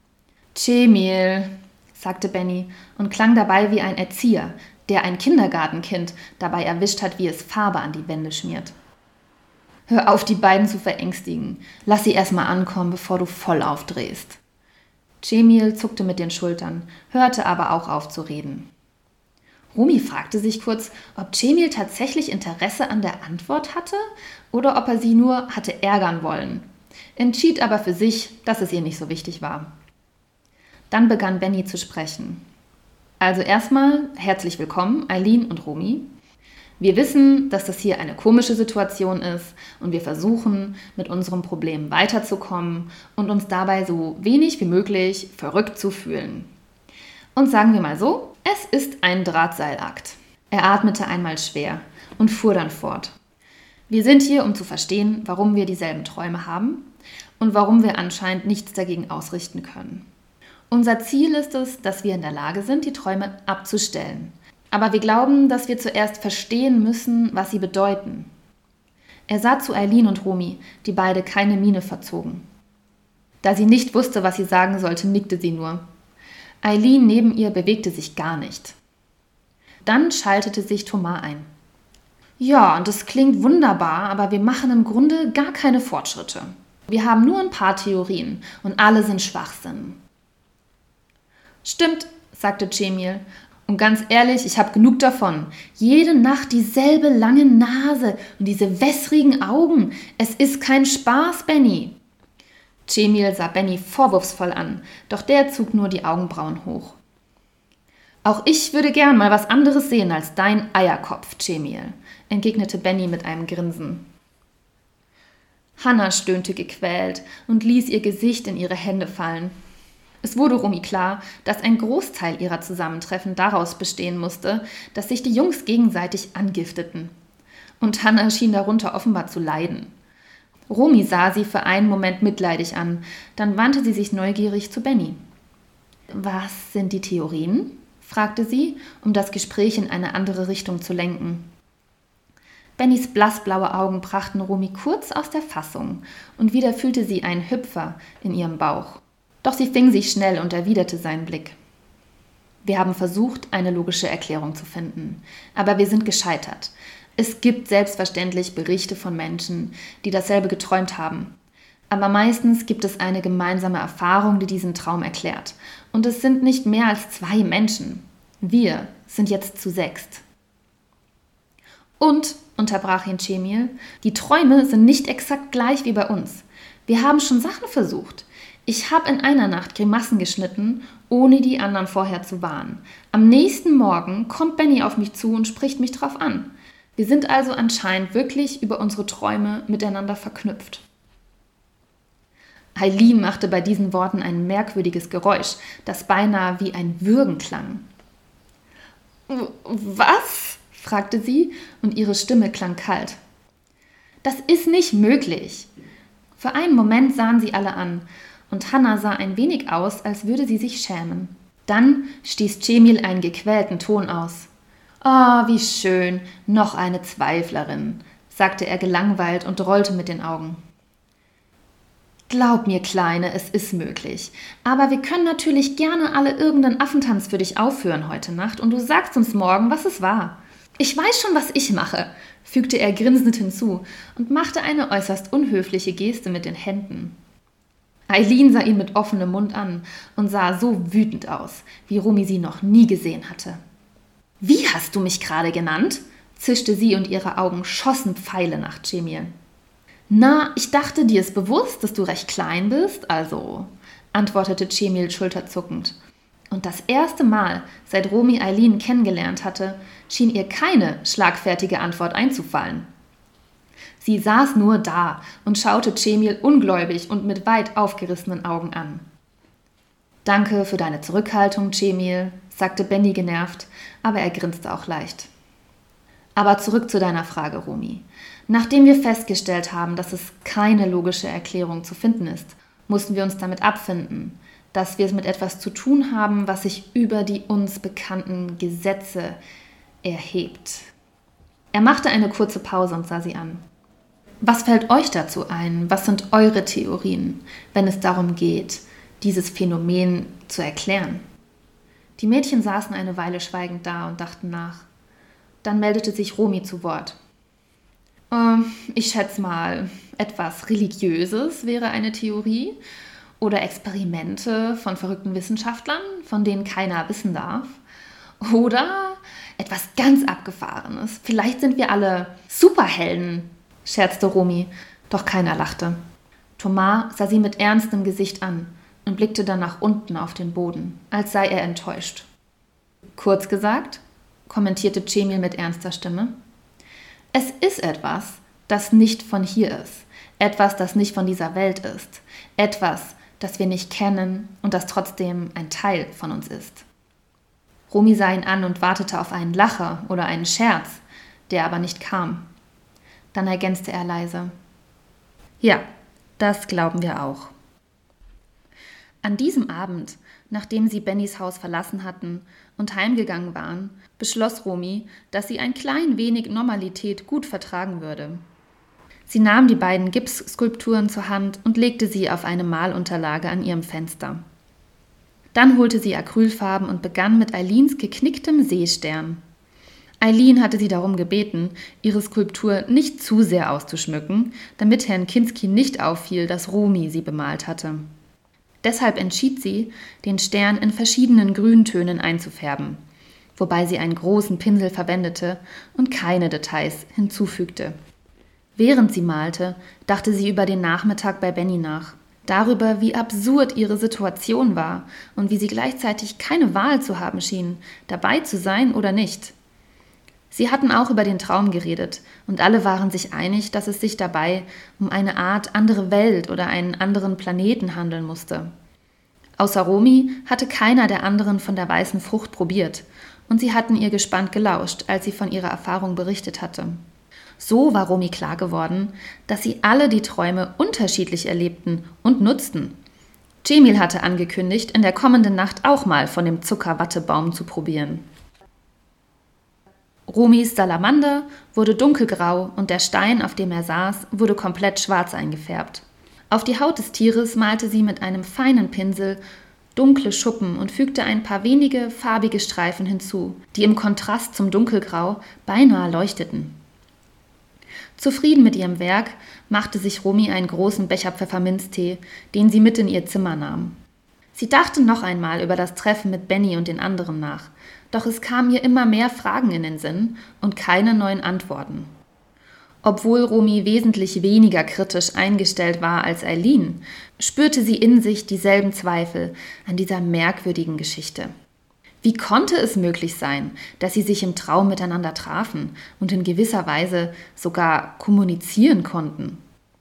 »Cemil«, sagte Benny und klang dabei wie ein Erzieher, der ein Kindergartenkind dabei erwischt hat, wie es Farbe an die Wände schmiert. »Hör auf, die beiden zu verängstigen. Lass sie erst mal ankommen, bevor du voll aufdrehst.« Cemil zuckte mit den Schultern, hörte aber auch auf zu reden. Romy fragte sich kurz, ob Cemil tatsächlich Interesse an der Antwort hatte oder ob er sie nur hatte ärgern wollen, entschied aber für sich, dass es ihr nicht so wichtig war. Dann begann Benny zu sprechen. »Also erstmal herzlich willkommen, Eileen und Romy. Wir wissen, dass das hier eine komische Situation ist und wir versuchen, mit unserem Problem weiterzukommen und uns dabei so wenig wie möglich verrückt zu fühlen. Und sagen wir mal so, es ist ein Drahtseilakt.« Er atmete einmal schwer und fuhr dann fort. »Wir sind hier, um zu verstehen, warum wir dieselben Träume haben und warum wir anscheinend nichts dagegen ausrichten können. Unser Ziel ist es, dass wir in der Lage sind, die Träume abzustellen. Aber wir glauben, dass wir zuerst verstehen müssen, was sie bedeuten.« Er sah zu Eileen und Romy, die beide keine Miene verzogen. Da sie nicht wusste, was sie sagen sollte, nickte sie nur. Eileen neben ihr bewegte sich gar nicht. Dann schaltete sich Thomas ein. »Ja, und das klingt wunderbar, aber wir machen im Grunde gar keine Fortschritte. Wir haben nur ein paar Theorien und alle sind Schwachsinn.« »Stimmt«, sagte Cemil. »Und ganz ehrlich, ich habe genug davon. Jede Nacht dieselbe lange Nase und diese wässrigen Augen. Es ist kein Spaß, Benny.« Cemil sah Benny vorwurfsvoll an, doch der zog nur die Augenbrauen hoch. »Auch ich würde gern mal was anderes sehen als dein Eierkopf, Cemil«, entgegnete Benny mit einem Grinsen. Hannah stöhnte gequält und ließ ihr Gesicht in ihre Hände fallen. Es wurde Romy klar, dass ein Großteil ihrer Zusammentreffen daraus bestehen musste, dass sich die Jungs gegenseitig angifteten. Und Hannah schien darunter offenbar zu leiden. Romy sah sie für einen Moment mitleidig an, dann wandte sie sich neugierig zu Benny. »Was sind die Theorien?« fragte sie, um das Gespräch in eine andere Richtung zu lenken. Bennys blassblaue Augen brachten Romy kurz aus der Fassung und wieder fühlte sie einen Hüpfer in ihrem Bauch. Doch sie fing sich schnell und erwiderte seinen Blick. »Wir haben versucht, eine logische Erklärung zu finden, aber wir sind gescheitert. Es gibt selbstverständlich Berichte von Menschen, die dasselbe geträumt haben. Aber meistens gibt es eine gemeinsame Erfahrung, die diesen Traum erklärt. Und es sind nicht mehr als 2 Menschen. Wir sind jetzt zu 6. Und, unterbrach ihn Cemil, die Träume sind nicht exakt gleich wie bei uns. Wir haben schon Sachen versucht. Ich habe in einer Nacht Grimassen geschnitten, ohne die anderen vorher zu warnen. Am nächsten Morgen kommt Benny auf mich zu und spricht mich drauf an. Wir sind also anscheinend wirklich über unsere Träume miteinander verknüpft. Eileen machte bei diesen Worten ein merkwürdiges Geräusch, das beinahe wie ein Würgen klang. »Was?« fragte sie, und ihre Stimme klang kalt. »Das ist nicht möglich!« Für einen Moment sahen sie alle an, und Hannah sah ein wenig aus, als würde sie sich schämen. Dann stieß Cemil einen gequälten Ton aus. »Oh, wie schön, noch eine Zweiflerin«, sagte er gelangweilt und rollte mit den Augen. »Glaub mir, Kleine, es ist möglich. Aber wir können natürlich gerne alle irgendeinen Affentanz für dich aufführen heute Nacht und du sagst uns morgen, was es war. Ich weiß schon, was ich mache«, fügte er grinsend hinzu und machte eine äußerst unhöfliche Geste mit den Händen. Eileen sah ihn mit offenem Mund an und sah so wütend aus, wie Rumi sie noch nie gesehen hatte. »Wie hast du mich gerade genannt?« zischte sie und ihre Augen schossen Pfeile nach Cemil. »Na, ich dachte, dir ist bewusst, dass du recht klein bist, also«, antwortete Cemil schulterzuckend. Und das erste Mal, seit Romy Eileen kennengelernt hatte, schien ihr keine schlagfertige Antwort einzufallen. Sie saß nur da und schaute Cemil ungläubig und mit weit aufgerissenen Augen an. »Danke für deine Zurückhaltung, Cemil«, sagte Benny genervt, aber er grinste auch leicht. »Aber zurück zu deiner Frage, Romy. Nachdem wir festgestellt haben, dass es keine logische Erklärung zu finden ist, mussten wir uns damit abfinden, dass wir es mit etwas zu tun haben, was sich über die uns bekannten Gesetze erhebt.« Er machte eine kurze Pause und sah sie an. »Was fällt euch dazu ein? Was sind eure Theorien, wenn es darum geht, dieses Phänomen zu erklären?« Die Mädchen saßen eine Weile schweigend da und dachten nach. Dann meldete sich Romy zu Wort. Ich schätze mal, etwas Religiöses wäre eine Theorie oder Experimente von verrückten Wissenschaftlern, von denen keiner wissen darf. Oder etwas ganz Abgefahrenes. Vielleicht sind wir alle Superhelden, scherzte Romy, doch keiner lachte. Thomas sah sie mit ernstem Gesicht an und blickte dann nach unten auf den Boden, als sei er enttäuscht. »Kurz gesagt«, kommentierte Cemil mit ernster Stimme, »es ist etwas, das nicht von hier ist, etwas, das nicht von dieser Welt ist, etwas, das wir nicht kennen und das trotzdem ein Teil von uns ist.« Romy sah ihn an und wartete auf einen Lacher oder einen Scherz, der aber nicht kam. Dann ergänzte er leise. »Ja, das glauben wir auch.« An diesem Abend, nachdem sie Bennys Haus verlassen hatten und heimgegangen waren, beschloss Romy, dass sie ein klein wenig Normalität gut vertragen würde. Sie nahm die beiden Gipsskulpturen zur Hand und legte sie auf eine Malunterlage an ihrem Fenster. Dann holte sie Acrylfarben und begann mit Eileens geknicktem Seestern. Eileen hatte sie darum gebeten, ihre Skulptur nicht zu sehr auszuschmücken, damit Herrn Kinski nicht auffiel, dass Romy sie bemalt hatte. Deshalb entschied sie, den Stern in verschiedenen Grüntönen einzufärben, wobei sie einen großen Pinsel verwendete und keine Details hinzufügte. Während sie malte, dachte sie über den Nachmittag bei Benny nach, darüber, wie absurd ihre Situation war und wie sie gleichzeitig keine Wahl zu haben schien, dabei zu sein oder nicht. Sie hatten auch über den Traum geredet und alle waren sich einig, dass es sich dabei um eine Art andere Welt oder einen anderen Planeten handeln musste. Außer Romy hatte keiner der anderen von der weißen Frucht probiert und sie hatten ihr gespannt gelauscht, als sie von ihrer Erfahrung berichtet hatte. So war Romy klar geworden, dass sie alle die Träume unterschiedlich erlebten und nutzten. Cemil hatte angekündigt, in der kommenden Nacht auch mal von dem Zuckerwattebaum zu probieren. Romys Salamander wurde dunkelgrau und der Stein, auf dem er saß, wurde komplett schwarz eingefärbt. Auf die Haut des Tieres malte sie mit einem feinen Pinsel dunkle Schuppen und fügte ein paar wenige farbige Streifen hinzu, die im Kontrast zum Dunkelgrau beinahe leuchteten. Zufrieden mit ihrem Werk machte sich Romy einen großen Becher Pfefferminztee, den sie mit in ihr Zimmer nahm. Sie dachte noch einmal über das Treffen mit Benny und den anderen nach, doch es kamen ihr immer mehr Fragen in den Sinn und keine neuen Antworten. Obwohl Romy wesentlich weniger kritisch eingestellt war als Eileen, spürte sie in sich dieselben Zweifel an dieser merkwürdigen Geschichte. Wie konnte es möglich sein, dass sie sich im Traum miteinander trafen und in gewisser Weise sogar kommunizieren konnten?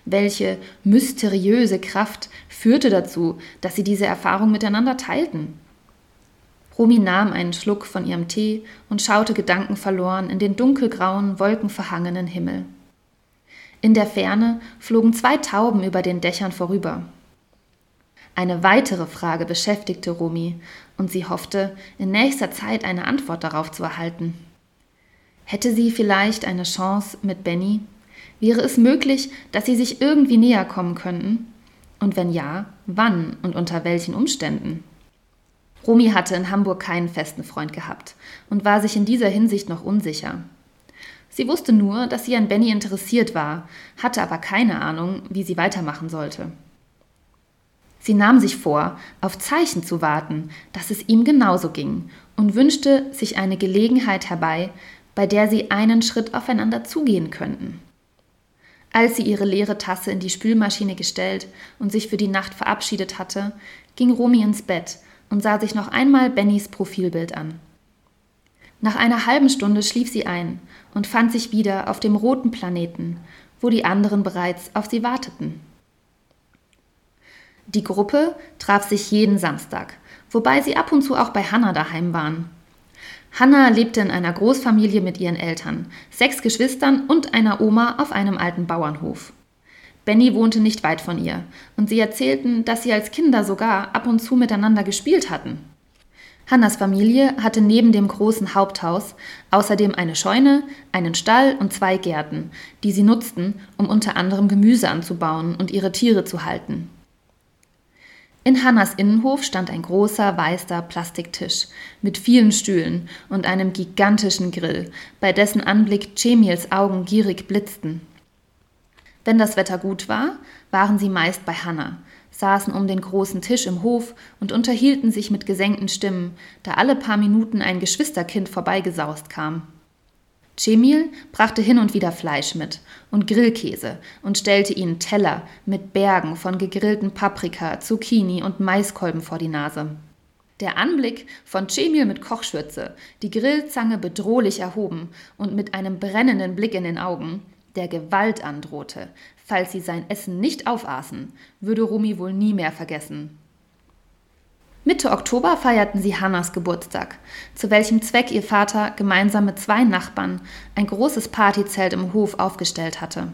Welche mysteriöse Kraft führte dazu, dass sie diese Erfahrung miteinander teilten? Romy nahm einen Schluck von ihrem Tee und schaute gedankenverloren in den dunkelgrauen, wolkenverhangenen Himmel. In der Ferne flogen 2 Tauben über den Dächern vorüber. Eine weitere Frage beschäftigte Romy und sie hoffte, in nächster Zeit eine Antwort darauf zu erhalten. Hätte sie vielleicht eine Chance mit Benny? Wäre es möglich, dass sie sich irgendwie näher kommen könnten? Und wenn ja, wann und unter welchen Umständen? Romy hatte in Hamburg keinen festen Freund gehabt und war sich in dieser Hinsicht noch unsicher. Sie wusste nur, dass sie an Benny interessiert war, hatte aber keine Ahnung, wie sie weitermachen sollte. Sie nahm sich vor, auf Zeichen zu warten, dass es ihm genauso ging und wünschte sich eine Gelegenheit herbei, bei der sie einen Schritt aufeinander zugehen könnten. Als sie ihre leere Tasse in die Spülmaschine gestellt und sich für die Nacht verabschiedet hatte, ging Romy ins Bett und sah sich noch einmal Bennys Profilbild an. Nach einer halben Stunde schlief sie ein und fand sich wieder auf dem roten Planeten, wo die anderen bereits auf sie warteten. Die Gruppe traf sich jeden Samstag, wobei sie ab und zu auch bei Hannah daheim waren. Hannah lebte in einer Großfamilie mit ihren Eltern, 6 Geschwistern und einer Oma auf einem alten Bauernhof. Benny wohnte nicht weit von ihr und sie erzählten, dass sie als Kinder sogar ab und zu miteinander gespielt hatten. Hannahs Familie hatte neben dem großen Haupthaus außerdem eine Scheune, einen Stall und 2 Gärten, die sie nutzten, um unter anderem Gemüse anzubauen und ihre Tiere zu halten. In Hannahs Innenhof stand ein großer, weißer Plastiktisch mit vielen Stühlen und einem gigantischen Grill, bei dessen Anblick Cemils Augen gierig blitzten. Wenn das Wetter gut war, waren sie meist bei Hannah, saßen um den großen Tisch im Hof und unterhielten sich mit gesenkten Stimmen, da alle paar Minuten ein Geschwisterkind vorbeigesaust kam. Cemil brachte hin und wieder Fleisch mit und Grillkäse und stellte ihnen Teller mit Bergen von gegrillten Paprika, Zucchini und Maiskolben vor die Nase. Der Anblick von Cemil mit Kochschürze, die Grillzange bedrohlich erhoben und mit einem brennenden Blick in den Augen, der Gewalt androhte, falls sie sein Essen nicht aufaßen, würde Romy wohl nie mehr vergessen. Mitte Oktober feierten sie Hannahs Geburtstag, zu welchem Zweck ihr Vater gemeinsam mit 2 Nachbarn ein großes Partyzelt im Hof aufgestellt hatte.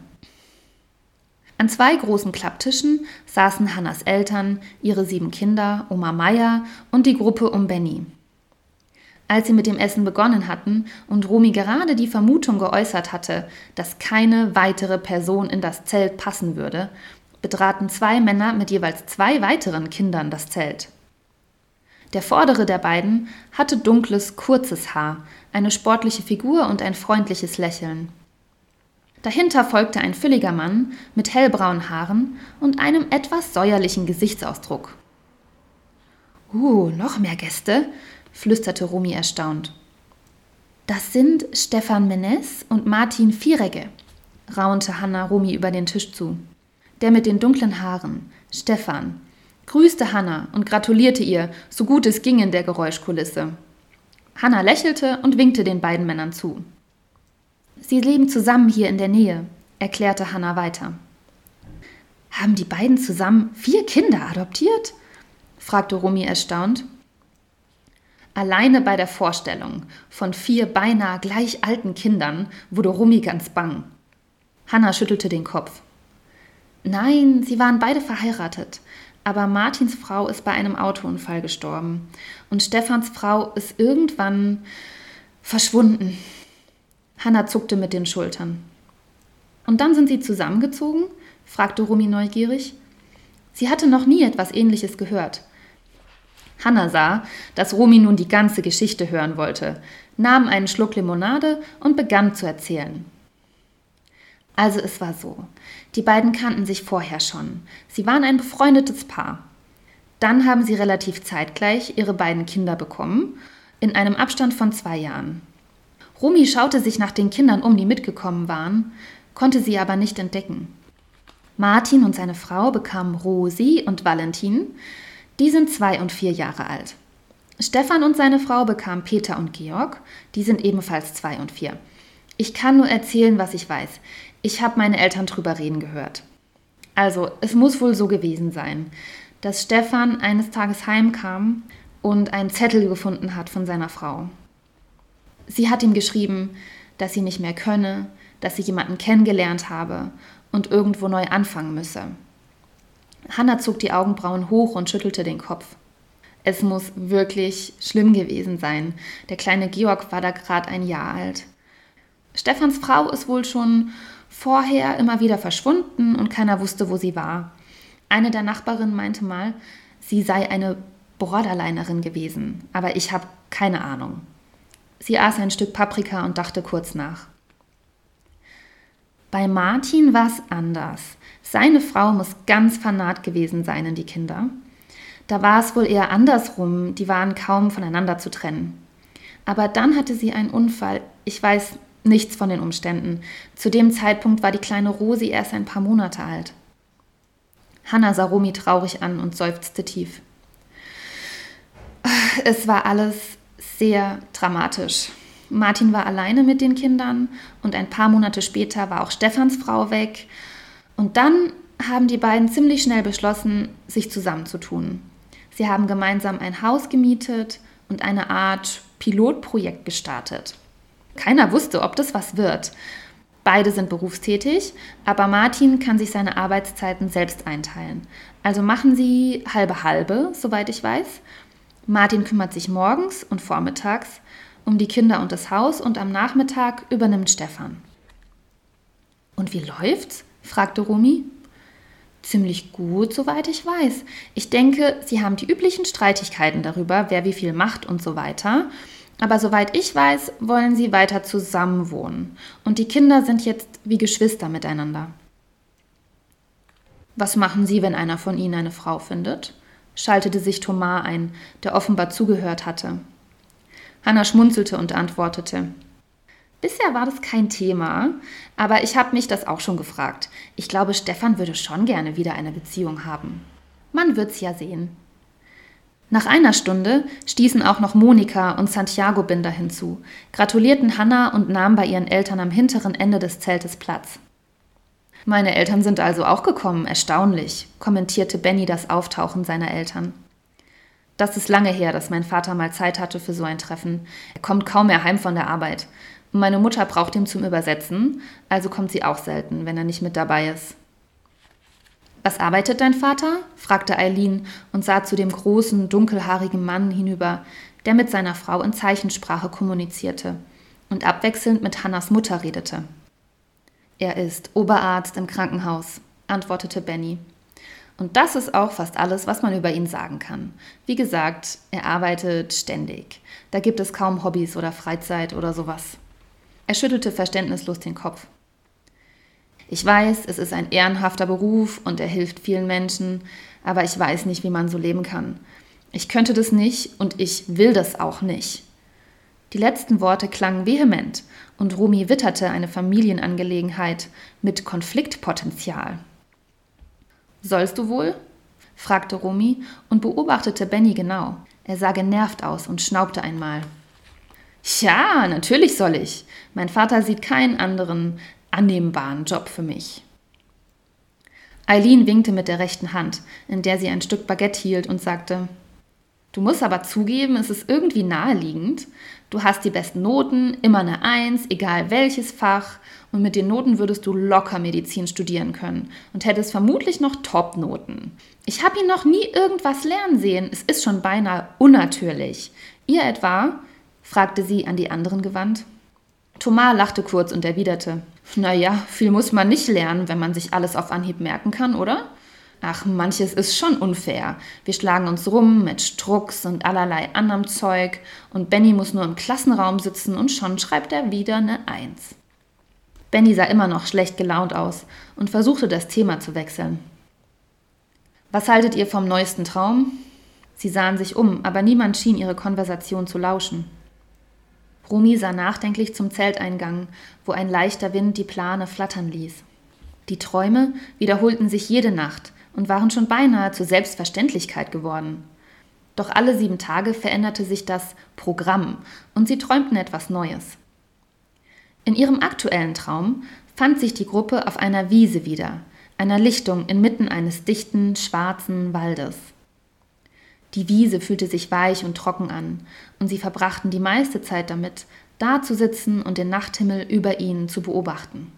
An 2 großen Klapptischen saßen Hannahs Eltern, ihre 7 Kinder, Oma Meier und die Gruppe um Benny. Als sie mit dem Essen begonnen hatten und Romy gerade die Vermutung geäußert hatte, dass keine weitere Person in das Zelt passen würde, betraten 2 Männer mit jeweils 2 weiteren Kindern das Zelt. Der vordere der beiden hatte dunkles, kurzes Haar, eine sportliche Figur und ein freundliches Lächeln. Dahinter folgte ein fülliger Mann mit hellbraunen Haaren und einem etwas säuerlichen Gesichtsausdruck. Noch mehr Gäste?« flüsterte Romy erstaunt. »Das sind Stefan Menes und Martin Vieregge«, raunte Hannah Romy über den Tisch zu. Der mit den dunklen Haaren, Stefan, grüßte Hannah und gratulierte ihr, so gut es ging in der Geräuschkulisse. Hannah lächelte und winkte den beiden Männern zu. »Sie leben zusammen hier in der Nähe«, erklärte Hannah weiter. »Haben die beiden zusammen 4 Kinder adoptiert?«, fragte Romy erstaunt. Alleine bei der Vorstellung von 4 beinahe gleich alten Kindern wurde Romy ganz bang. Hannah schüttelte den Kopf. »Nein, sie waren beide verheiratet, aber Martins Frau ist bei einem Autounfall gestorben und Stefans Frau ist irgendwann verschwunden.« Hannah zuckte mit den Schultern. »Und dann sind sie zusammengezogen?«, fragte Romy neugierig. Sie hatte noch nie etwas Ähnliches gehört. Hannah sah, dass Romy nun die ganze Geschichte hören wollte, nahm einen Schluck Limonade und begann zu erzählen. Also es war so, die beiden kannten sich vorher schon. Sie waren ein befreundetes Paar. Dann haben sie relativ zeitgleich ihre beiden Kinder bekommen, in einem Abstand von 2 Jahren. Romy schaute sich nach den Kindern um, die mitgekommen waren, konnte sie aber nicht entdecken. Martin und seine Frau bekamen Rosi und Valentin, die sind 2 und 4 Jahre alt. Stefan und seine Frau bekamen Peter und Georg, die sind ebenfalls 2 und 4. Ich kann nur erzählen, was ich weiß. Ich habe meine Eltern drüber reden gehört. Also, es muss wohl so gewesen sein, dass Stefan eines Tages heimkam und einen Zettel gefunden hat von seiner Frau. Sie hat ihm geschrieben, dass sie nicht mehr könne, dass sie jemanden kennengelernt habe und irgendwo neu anfangen müsse. Hannah zog die Augenbrauen hoch und schüttelte den Kopf. Es muss wirklich schlimm gewesen sein. Der kleine Georg war da gerade ein Jahr alt. Stefans Frau ist wohl schon vorher immer wieder verschwunden und keiner wusste, wo sie war. Eine der Nachbarinnen meinte mal, sie sei eine Borderlinerin gewesen, aber ich habe keine Ahnung. Sie aß ein Stück Paprika und dachte kurz nach. Bei Martin war es anders. Seine Frau muss ganz fanat gewesen sein in die Kinder. Da war es wohl eher andersrum, die waren kaum voneinander zu trennen. Aber dann hatte sie einen Unfall. Ich weiß nichts von den Umständen. Zu dem Zeitpunkt war die kleine Rosi erst ein paar Monate alt. Hannah sah Romy traurig an und seufzte tief. Es war alles sehr dramatisch. Martin war alleine mit den Kindern und ein paar Monate später war auch Stefans Frau weg. Und dann haben die beiden ziemlich schnell beschlossen, sich zusammenzutun. Sie haben gemeinsam ein Haus gemietet und eine Art Pilotprojekt gestartet. Keiner wusste, ob das was wird. Beide sind berufstätig, aber Martin kann sich seine Arbeitszeiten selbst einteilen. Also machen sie halbe, soweit ich weiß. Martin kümmert sich morgens und vormittags um die Kinder und das Haus und am Nachmittag übernimmt Stefan. Und wie läuft's? Fragte Romy. Ziemlich gut, soweit ich weiß. Ich denke, sie haben die üblichen Streitigkeiten darüber, wer wie viel macht und so weiter. Aber soweit ich weiß, wollen sie weiter zusammenwohnen. Und die Kinder sind jetzt wie Geschwister miteinander. Was machen Sie, wenn einer von Ihnen eine Frau findet? Schaltete sich Thomas ein, der offenbar zugehört hatte. Hannah schmunzelte und antwortete. Bisher war das kein Thema, aber ich habe mich das auch schon gefragt. Ich glaube, Stefan würde schon gerne wieder eine Beziehung haben. Man wird's ja sehen. Nach einer Stunde stießen auch noch Monika und Santiago Binder hinzu, gratulierten Hannah und nahmen bei ihren Eltern am hinteren Ende des Zeltes Platz. Meine Eltern sind also auch gekommen, erstaunlich, kommentierte Benny das Auftauchen seiner Eltern. Das ist lange her, dass mein Vater mal Zeit hatte für so ein Treffen. Er kommt kaum mehr heim von der Arbeit. Und meine Mutter braucht ihn zum Übersetzen, also kommt sie auch selten, wenn er nicht mit dabei ist. Was arbeitet dein Vater? Fragte Eileen und sah zu dem großen, dunkelhaarigen Mann hinüber, der mit seiner Frau in Zeichensprache kommunizierte und abwechselnd mit Hannahs Mutter redete. Er ist Oberarzt im Krankenhaus, antwortete Benny. Und das ist auch fast alles, was man über ihn sagen kann. Wie gesagt, er arbeitet ständig. Da gibt es kaum Hobbys oder Freizeit oder sowas. Er schüttelte verständnislos den Kopf. Ich weiß, es ist ein ehrenhafter Beruf und er hilft vielen Menschen, aber ich weiß nicht, wie man so leben kann. Ich könnte das nicht und ich will das auch nicht. Die letzten Worte klangen vehement und Romy witterte eine Familienangelegenheit mit Konfliktpotenzial. Sollst du wohl? Fragte Romy und beobachtete Benny genau. Er sah genervt aus und schnaubte einmal. Ja, natürlich soll ich. Mein Vater sieht keinen anderen annehmbaren Job für mich. Eileen winkte mit der rechten Hand, in der sie ein Stück Baguette hielt und sagte, du musst aber zugeben, es ist irgendwie naheliegend. Du hast die besten Noten, immer eine 1, egal welches Fach. Und mit den Noten würdest du locker Medizin studieren können und hättest vermutlich noch Top-Noten. Ich habe ihn noch nie irgendwas lernen sehen. Es ist schon beinahe unnatürlich. Ihr etwa? Fragte sie an die anderen gewandt. Thomas lachte kurz und erwiderte, naja, viel muss man nicht lernen, wenn man sich alles auf Anhieb merken kann, oder? Ach, manches ist schon unfair. Wir schlagen uns rum mit Strux und allerlei anderem Zeug und Benny muss nur im Klassenraum sitzen und schon schreibt er wieder eine 1. Benny sah immer noch schlecht gelaunt aus und versuchte das Thema zu wechseln. Was haltet ihr vom neuesten Traum? Sie sahen sich um, aber niemand schien ihre Konversation zu lauschen. Romy sah nachdenklich zum Zelteingang, wo ein leichter Wind die Plane flattern ließ. Die Träume wiederholten sich jede Nacht und waren schon beinahe zur Selbstverständlichkeit geworden. Doch alle 7 Tage veränderte sich das Programm und sie träumten etwas Neues. In ihrem aktuellen Traum fand sich die Gruppe auf einer Wiese wieder. einer Lichtung inmitten eines dichten, schwarzen Waldes. Die Wiese fühlte sich weich und trocken an, und sie verbrachten die meiste Zeit damit, da zu sitzen und den Nachthimmel über ihnen zu beobachten.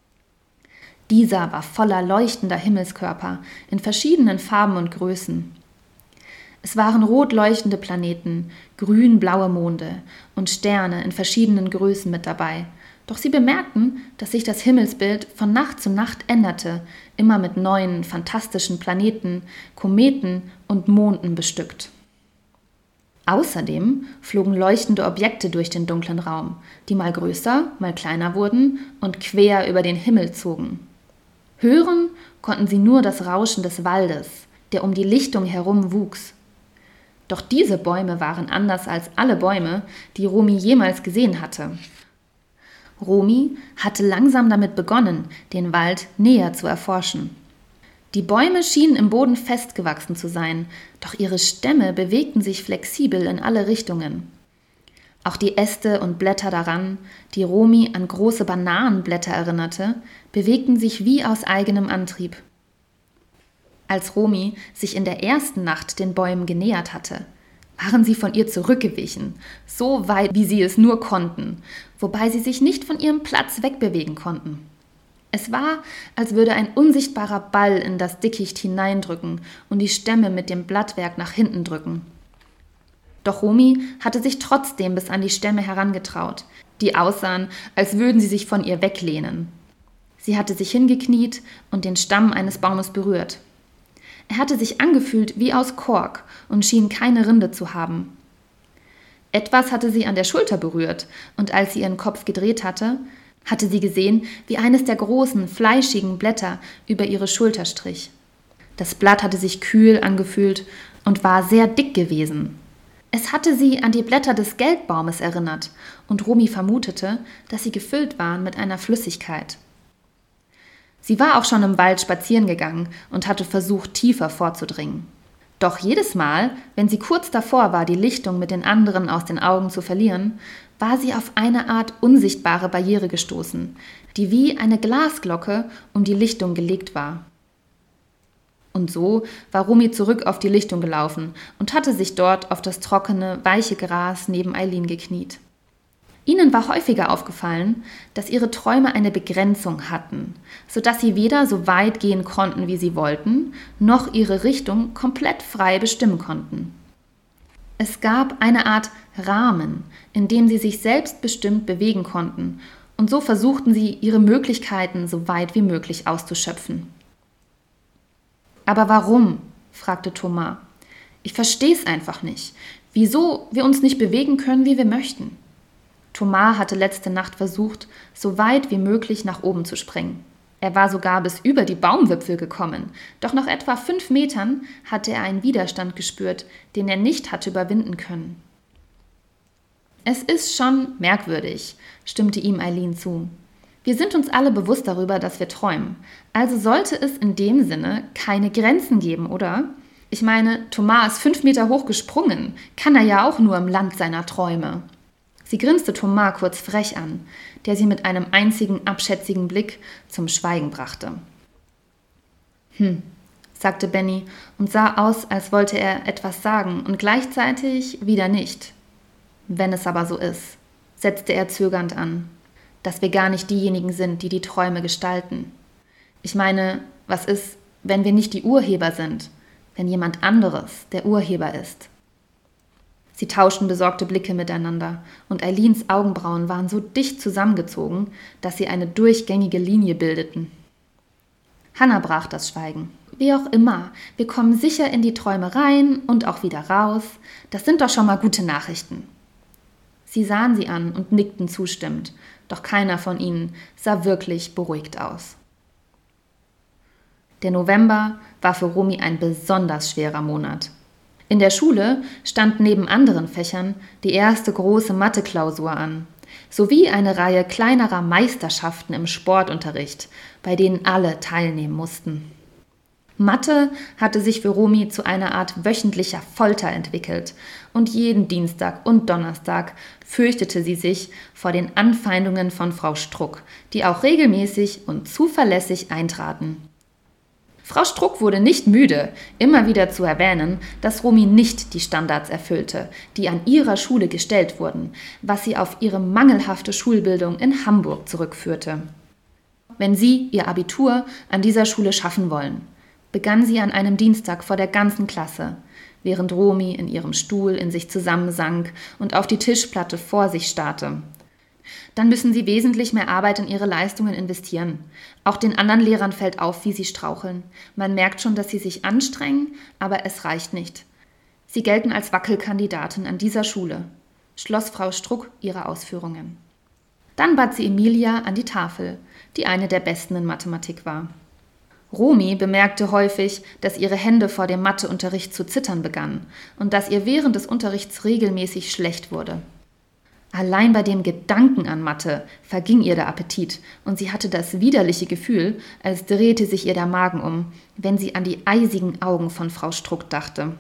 Dieser war voller leuchtender Himmelskörper in verschiedenen Farben und Größen. Es waren rot leuchtende Planeten, grün-blaue Monde und Sterne in verschiedenen Größen mit dabei. Doch sie bemerkten, dass sich das Himmelsbild von Nacht zu Nacht änderte, immer mit neuen, fantastischen Planeten, Kometen und Monden bestückt. Außerdem flogen leuchtende Objekte durch den dunklen Raum, die mal größer, mal kleiner wurden und quer über den Himmel zogen. Hören konnten sie nur das Rauschen des Waldes, der um die Lichtung herum wuchs. Doch diese Bäume waren anders als alle Bäume, die Romy jemals gesehen hatte. Romy hatte langsam damit begonnen, den Wald näher zu erforschen. Die Bäume schienen im Boden festgewachsen zu sein, doch ihre Stämme bewegten sich flexibel in alle Richtungen. Auch die Äste und Blätter daran, die Romy an große Bananenblätter erinnerte, bewegten sich wie aus eigenem Antrieb. Als Romy sich in der ersten Nacht den Bäumen genähert hatte, waren sie von ihr zurückgewichen, so weit, wie sie es nur konnten, wobei sie sich nicht von ihrem Platz wegbewegen konnten. Es war, als würde ein unsichtbarer Ball in das Dickicht hineindrücken und die Stämme mit dem Blattwerk nach hinten drücken. Doch Romy hatte sich trotzdem bis an die Stämme herangetraut, die aussahen, als würden sie sich von ihr weglehnen. Sie hatte sich hingekniet und den Stamm eines Baumes berührt. Er hatte sich angefühlt wie aus Kork und schien keine Rinde zu haben. Etwas hatte sie an der Schulter berührt, und als sie ihren Kopf gedreht hatte, hatte sie gesehen, wie eines der großen, fleischigen Blätter über ihre Schulter strich. Das Blatt hatte sich kühl angefühlt und war sehr dick gewesen. Es hatte sie an die Blätter des Geldbaumes erinnert, und Romy vermutete, dass sie gefüllt waren mit einer Flüssigkeit. Sie war auch schon im Wald spazieren gegangen und hatte versucht, tiefer vorzudringen. Doch jedes Mal, wenn sie kurz davor war, die Lichtung mit den anderen aus den Augen zu verlieren, war sie auf eine Art unsichtbare Barriere gestoßen, die wie eine Glasglocke um die Lichtung gelegt war. Und so war Romy zurück auf die Lichtung gelaufen und hatte sich dort auf das trockene, weiche Gras neben Eileen gekniet. Ihnen war häufiger aufgefallen, dass ihre Träume eine Begrenzung hatten, sodass sie weder so weit gehen konnten, wie sie wollten, noch ihre Richtung komplett frei bestimmen konnten. Es gab eine Art Rahmen, in dem sie sich selbstbestimmt bewegen konnten, und so versuchten sie, ihre Möglichkeiten so weit wie möglich auszuschöpfen. »Aber warum?« fragte Thomas. »Ich verstehe es einfach nicht, wieso wir uns nicht bewegen können, wie wir möchten.« Thomas hatte letzte Nacht versucht, so weit wie möglich nach oben zu springen. Er war sogar bis über die Baumwipfel gekommen, doch nach etwa 5 Metern hatte er einen Widerstand gespürt, den er nicht hatte überwinden können. »Es ist schon merkwürdig«, stimmte ihm Eileen zu. »Wir sind uns alle bewusst darüber, dass wir träumen. Also sollte es in dem Sinne keine Grenzen geben, oder? Ich meine, Thomas ist 5 Meter hoch gesprungen, kann er ja auch nur im Land seiner Träume.« Sie grinste Thomas kurz frech an, der sie mit einem einzigen abschätzigen Blick zum Schweigen brachte. Sagte Benny und sah aus, als wollte er etwas sagen und gleichzeitig wieder nicht. Wenn es aber so ist, setzte er zögernd an, dass wir gar nicht diejenigen sind, die die Träume gestalten. Ich meine, was ist, wenn wir nicht die Urheber sind, wenn jemand anderes der Urheber ist? Sie tauschten besorgte Blicke miteinander, und Eileens Augenbrauen waren so dicht zusammengezogen, dass sie eine durchgängige Linie bildeten. Hannah brach das Schweigen. »Wie auch immer, wir kommen sicher in die Träume rein und auch wieder raus. Das sind doch schon mal gute Nachrichten.« Sie sahen sie an und nickten zustimmend, doch keiner von ihnen sah wirklich beruhigt aus. Der November war für Romy ein besonders schwerer Monat. In der Schule stand neben anderen Fächern die erste große Mathe-Klausur an, sowie eine Reihe kleinerer Meisterschaften im Sportunterricht, bei denen alle teilnehmen mussten. Mathe hatte sich für Romy zu einer Art wöchentlicher Folter entwickelt, und jeden Dienstag und Donnerstag fürchtete sie sich vor den Anfeindungen von Frau Struck, die auch regelmäßig und zuverlässig eintraten. Frau Struck wurde nicht müde, immer wieder zu erwähnen, dass Romy nicht die Standards erfüllte, die an ihrer Schule gestellt wurden, was sie auf ihre mangelhafte Schulbildung in Hamburg zurückführte. Wenn sie ihr Abitur an dieser Schule schaffen wollen, begann sie an einem Dienstag vor der ganzen Klasse, während Romy in ihrem Stuhl in sich zusammensank und auf die Tischplatte vor sich starrte. Dann müssen sie wesentlich mehr Arbeit in ihre Leistungen investieren. Auch den anderen Lehrern fällt auf, wie sie straucheln. Man merkt schon, dass sie sich anstrengen, aber es reicht nicht. Sie gelten als Wackelkandidatin an dieser Schule, schloss Frau Struck ihre Ausführungen. Dann bat sie Emilia an die Tafel, die eine der besten in Mathematik war. Romy bemerkte häufig, dass ihre Hände vor dem Matheunterricht zu zittern begannen und dass ihr während des Unterrichts regelmäßig schlecht wurde. Allein bei dem Gedanken an Mathe verging ihr der Appetit und sie hatte das widerliche Gefühl, als drehte sich ihr der Magen um, wenn sie an die eisigen Augen von Frau Struck dachte.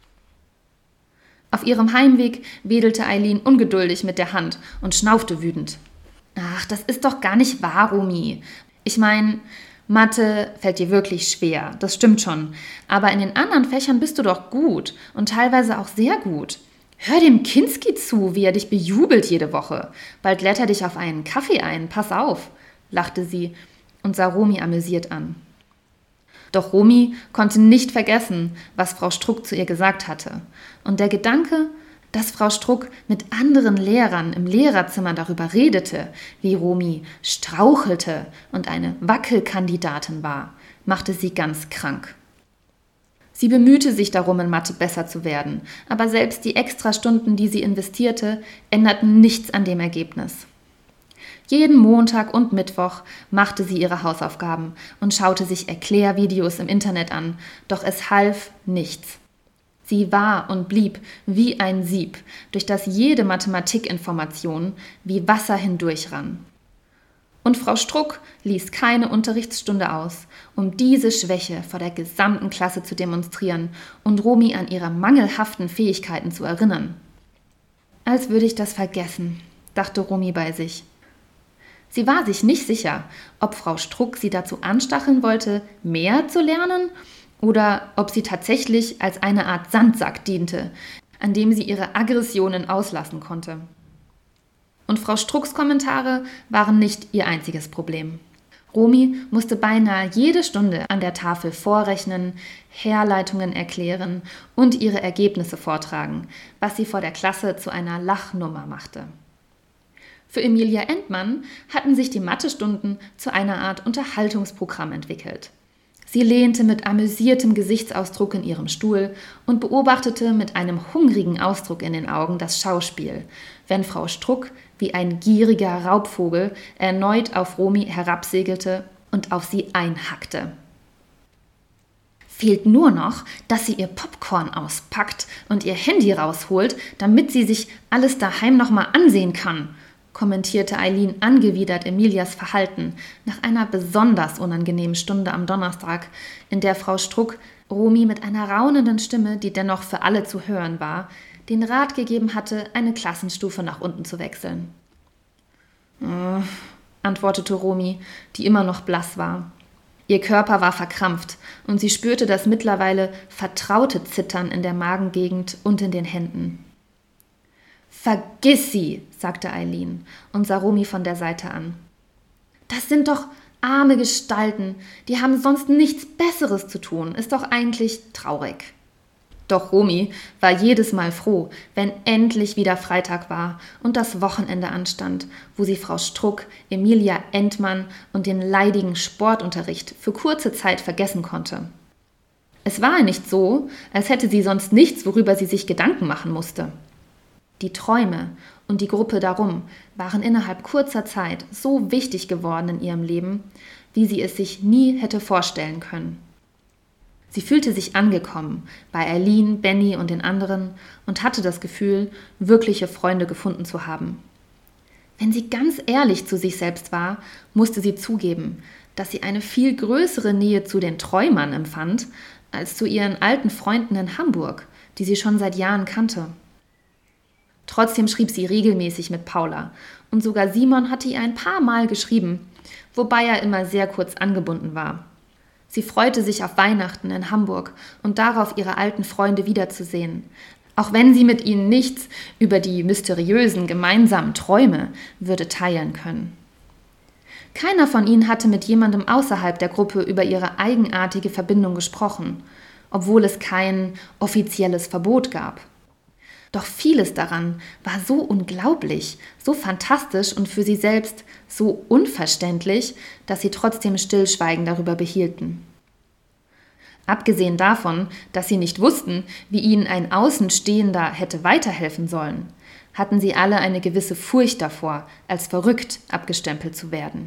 Auf ihrem Heimweg wedelte Eileen ungeduldig mit der Hand und schnaufte wütend. »Ach, das ist doch gar nicht wahr, Romy. Ich meine, Mathe fällt dir wirklich schwer, das stimmt schon. Aber in den anderen Fächern bist du doch gut und teilweise auch sehr gut. Hör dem Kinski zu, wie er dich bejubelt jede Woche. Bald lädt er dich auf einen Kaffee ein, pass auf«, lachte sie und sah Romy amüsiert an. Doch Romy konnte nicht vergessen, was Frau Struck zu ihr gesagt hatte. Und der Gedanke, dass Frau Struck mit anderen Lehrern im Lehrerzimmer darüber redete, wie Romy strauchelte und eine Wackelkandidatin war, machte sie ganz krank. Sie bemühte sich darum, in Mathe besser zu werden, aber selbst die Extrastunden, die sie investierte, änderten nichts an dem Ergebnis. Jeden Montag und Mittwoch machte sie ihre Hausaufgaben und schaute sich Erklärvideos im Internet an, doch es half nichts. Sie war und blieb wie ein Sieb, durch das jede Mathematikinformation wie Wasser hindurchrann. Und Frau Struck ließ keine Unterrichtsstunde aus, um diese Schwäche vor der gesamten Klasse zu demonstrieren und Romy an ihre mangelhaften Fähigkeiten zu erinnern. Als würde ich das vergessen, dachte Romy bei sich. Sie war sich nicht sicher, ob Frau Struck sie dazu anstacheln wollte, mehr zu lernen, oder ob sie tatsächlich als eine Art Sandsack diente, an dem sie ihre Aggressionen auslassen konnte. Und Frau Strucks Kommentare waren nicht ihr einziges Problem. Romy musste beinahe jede Stunde an der Tafel vorrechnen, Herleitungen erklären und ihre Ergebnisse vortragen, was sie vor der Klasse zu einer Lachnummer machte. Für Emilia Entmann hatten sich die Mathestunden zu einer Art Unterhaltungsprogramm entwickelt. Sie lehnte mit amüsiertem Gesichtsausdruck in ihrem Stuhl und beobachtete mit einem hungrigen Ausdruck in den Augen das Schauspiel, wenn Frau Struck wie ein gieriger Raubvogel erneut auf Romy herabsegelte und auf sie einhackte. Fehlt nur noch, dass sie ihr Popcorn auspackt und ihr Handy rausholt, damit sie sich alles daheim nochmal ansehen kann, kommentierte Eileen angewidert Emilias Verhalten nach einer besonders unangenehmen Stunde am Donnerstag, in der Frau Struck Romy mit einer raunenden Stimme, die dennoch für alle zu hören war, den Rat gegeben hatte, eine Klassenstufe nach unten zu wechseln. Antwortete Romy, die immer noch blass war. Ihr Körper war verkrampft und sie spürte das mittlerweile vertraute Zittern in der Magengegend und in den Händen. »Vergiss sie«, sagte Eileen und sah Romy von der Seite an. »Das sind doch arme Gestalten, die haben sonst nichts Besseres zu tun, ist doch eigentlich traurig.« Doch Romy war jedes Mal froh, wenn endlich wieder Freitag war und das Wochenende anstand, wo sie Frau Struck, Emilia Entmann und den leidigen Sportunterricht für kurze Zeit vergessen konnte. Es war nicht so, als hätte sie sonst nichts, worüber sie sich Gedanken machen musste. Die Träume und die Gruppe darum waren innerhalb kurzer Zeit so wichtig geworden in ihrem Leben, wie sie es sich nie hätte vorstellen können. Sie fühlte sich angekommen bei Eileen, Benny und den anderen und hatte das Gefühl, wirkliche Freunde gefunden zu haben. Wenn sie ganz ehrlich zu sich selbst war, musste sie zugeben, dass sie eine viel größere Nähe zu den Träumern empfand, als zu ihren alten Freunden in Hamburg, die sie schon seit Jahren kannte. Trotzdem schrieb sie regelmäßig mit Paula und sogar Simon hatte ihr ein paar Mal geschrieben, wobei er immer sehr kurz angebunden war. Sie freute sich auf Weihnachten in Hamburg und darauf, ihre alten Freunde wiederzusehen, auch wenn sie mit ihnen nichts über die mysteriösen gemeinsamen Träume würde teilen können. Keiner von ihnen hatte mit jemandem außerhalb der Gruppe über ihre eigenartige Verbindung gesprochen, obwohl es kein offizielles Verbot gab. Doch vieles daran war so unglaublich, so fantastisch und für sie selbst so unverständlich, dass sie trotzdem Stillschweigen darüber behielten. Abgesehen davon, dass sie nicht wussten, wie ihnen ein Außenstehender hätte weiterhelfen sollen, hatten sie alle eine gewisse Furcht davor, als verrückt abgestempelt zu werden.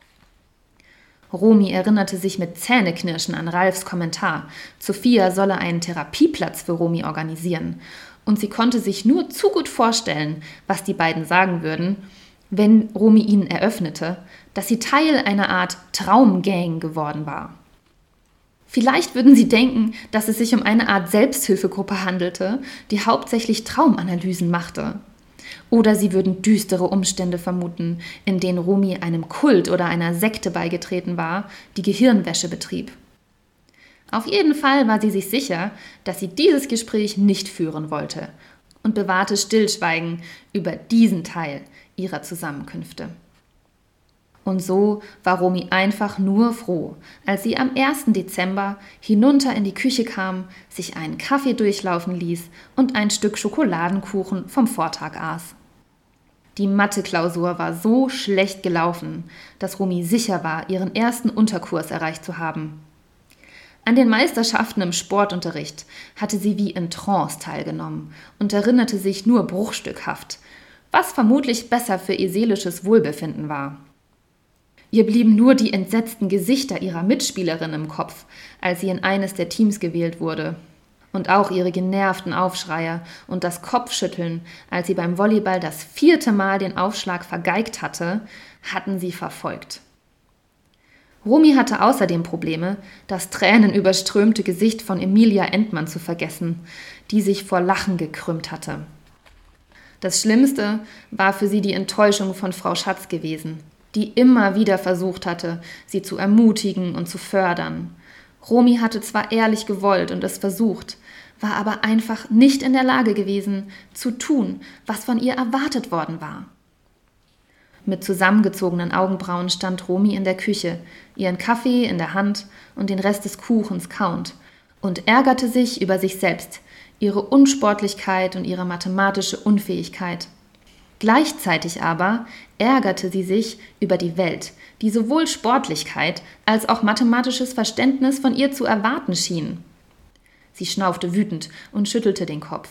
Romy erinnerte sich mit Zähneknirschen an Ralfs Kommentar, Sophia solle einen Therapieplatz für Romy organisieren, und sie konnte sich nur zu gut vorstellen, was die beiden sagen würden, wenn Romy ihnen eröffnete, dass sie Teil einer Art Traumgang geworden war. Vielleicht würden sie denken, dass es sich um eine Art Selbsthilfegruppe handelte, die hauptsächlich Traumanalysen machte. Oder sie würden düstere Umstände vermuten, in denen Romy einem Kult oder einer Sekte beigetreten war, die Gehirnwäsche betrieb. Auf jeden Fall war sie sich sicher, dass sie dieses Gespräch nicht führen wollte und bewahrte Stillschweigen über diesen Teil ihrer Zusammenkünfte. Und so war Romy einfach nur froh, als sie am 1. Dezember hinunter in die Küche kam, sich einen Kaffee durchlaufen ließ und ein Stück Schokoladenkuchen vom Vortag aß. Die Mathe-Klausur war so schlecht gelaufen, dass Romy sicher war, ihren ersten Unterkurs erreicht zu haben. An den Meisterschaften im Sportunterricht hatte sie wie in Trance teilgenommen und erinnerte sich nur bruchstückhaft, was vermutlich besser für ihr seelisches Wohlbefinden war. Ihr blieben nur die entsetzten Gesichter ihrer Mitspielerin im Kopf, als sie in eines der Teams gewählt wurde. Und auch ihre genervten Aufschreie und das Kopfschütteln, als sie beim Volleyball das 4. Mal den Aufschlag vergeigt hatte, hatten sie verfolgt. Romy hatte außerdem Probleme, das tränenüberströmte Gesicht von Emilia Entmann zu vergessen, die sich vor Lachen gekrümmt hatte. Das Schlimmste war für sie die Enttäuschung von Frau Schatz gewesen, die immer wieder versucht hatte, sie zu ermutigen und zu fördern. Romy hatte zwar ehrlich gewollt und es versucht, war aber einfach nicht in der Lage gewesen, zu tun, was von ihr erwartet worden war. Mit zusammengezogenen Augenbrauen stand Romy in der Küche, ihren Kaffee in der Hand und den Rest des Kuchens kauend und ärgerte sich über sich selbst, ihre Unsportlichkeit und ihre mathematische Unfähigkeit. Gleichzeitig aber ärgerte sie sich über die Welt, die sowohl Sportlichkeit als auch mathematisches Verständnis von ihr zu erwarten schien. Sie schnaufte wütend und schüttelte den Kopf.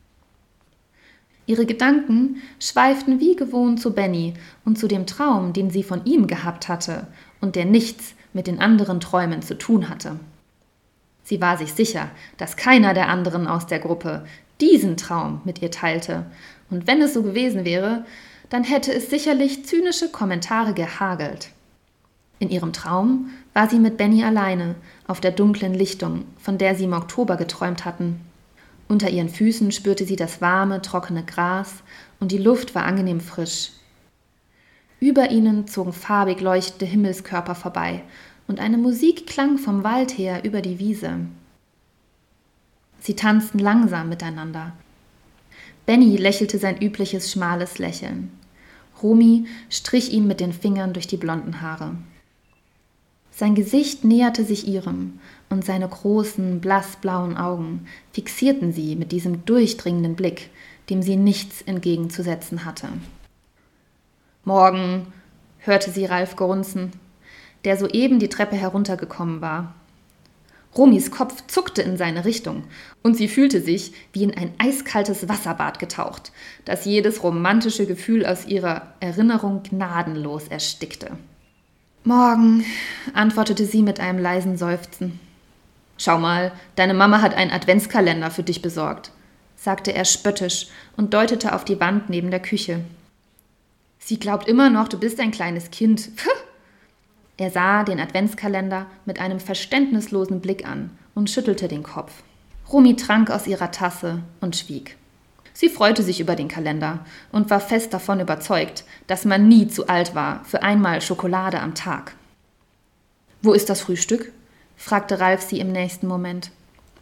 Ihre Gedanken schweiften wie gewohnt zu Benny und zu dem Traum, den sie von ihm gehabt hatte und der nichts mit den anderen Träumen zu tun hatte. Sie war sich sicher, dass keiner der anderen aus der Gruppe diesen Traum mit ihr teilte, und wenn es so gewesen wäre, dann hätte es sicherlich zynische Kommentare gehagelt. In ihrem Traum war sie mit Benny alleine auf der dunklen Lichtung, von der sie im Oktober geträumt hatten. Unter ihren Füßen spürte sie das warme, trockene Gras und die Luft war angenehm frisch. Über ihnen zogen farbig leuchtende Himmelskörper vorbei und eine Musik klang vom Wald her über die Wiese. Sie tanzten langsam miteinander. Benny lächelte sein übliches schmales Lächeln. Romy strich ihm mit den Fingern durch die blonden Haare. Sein Gesicht näherte sich ihrem und seine großen, blassblauen Augen fixierten sie mit diesem durchdringenden Blick, dem sie nichts entgegenzusetzen hatte. »Morgen«, hörte sie Ralf grunzen, der soeben die Treppe heruntergekommen war. Romys Kopf zuckte in seine Richtung und sie fühlte sich wie in ein eiskaltes Wasserbad getaucht, das jedes romantische Gefühl aus ihrer Erinnerung gnadenlos erstickte. »Morgen«, antwortete sie mit einem leisen Seufzen. »Schau mal, deine Mama hat einen Adventskalender für dich besorgt«, sagte er spöttisch und deutete auf die Wand neben der Küche. »Sie glaubt immer noch, du bist ein kleines Kind.« Er sah den Adventskalender mit einem verständnislosen Blick an und schüttelte den Kopf. Romy trank aus ihrer Tasse und schwieg. Sie freute sich über den Kalender und war fest davon überzeugt, dass man nie zu alt war für einmal Schokolade am Tag. »Wo ist das Frühstück?« fragte Ralf sie im nächsten Moment.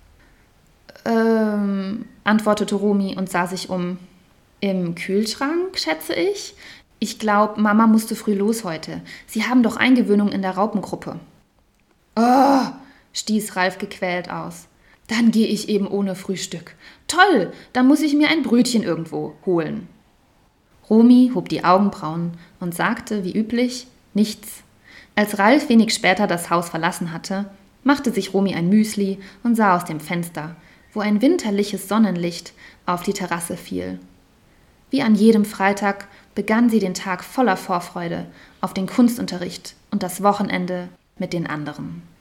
Antwortete Romy und sah sich um. Im Kühlschrank, schätze ich? Ich glaube, Mama musste früh los heute. Sie haben doch Eingewöhnung in der Raupengruppe. Oh, stieß Ralf gequält aus. Dann gehe ich eben ohne Frühstück. Toll, dann muss ich mir ein Brötchen irgendwo holen. Romy hob die Augenbrauen und sagte, wie üblich, nichts. Als Ralf wenig später das Haus verlassen hatte, machte sich Romy ein Müsli und sah aus dem Fenster, wo ein winterliches Sonnenlicht auf die Terrasse fiel. Wie an jedem Freitag begann sie den Tag voller Vorfreude auf den Kunstunterricht und das Wochenende mit den anderen.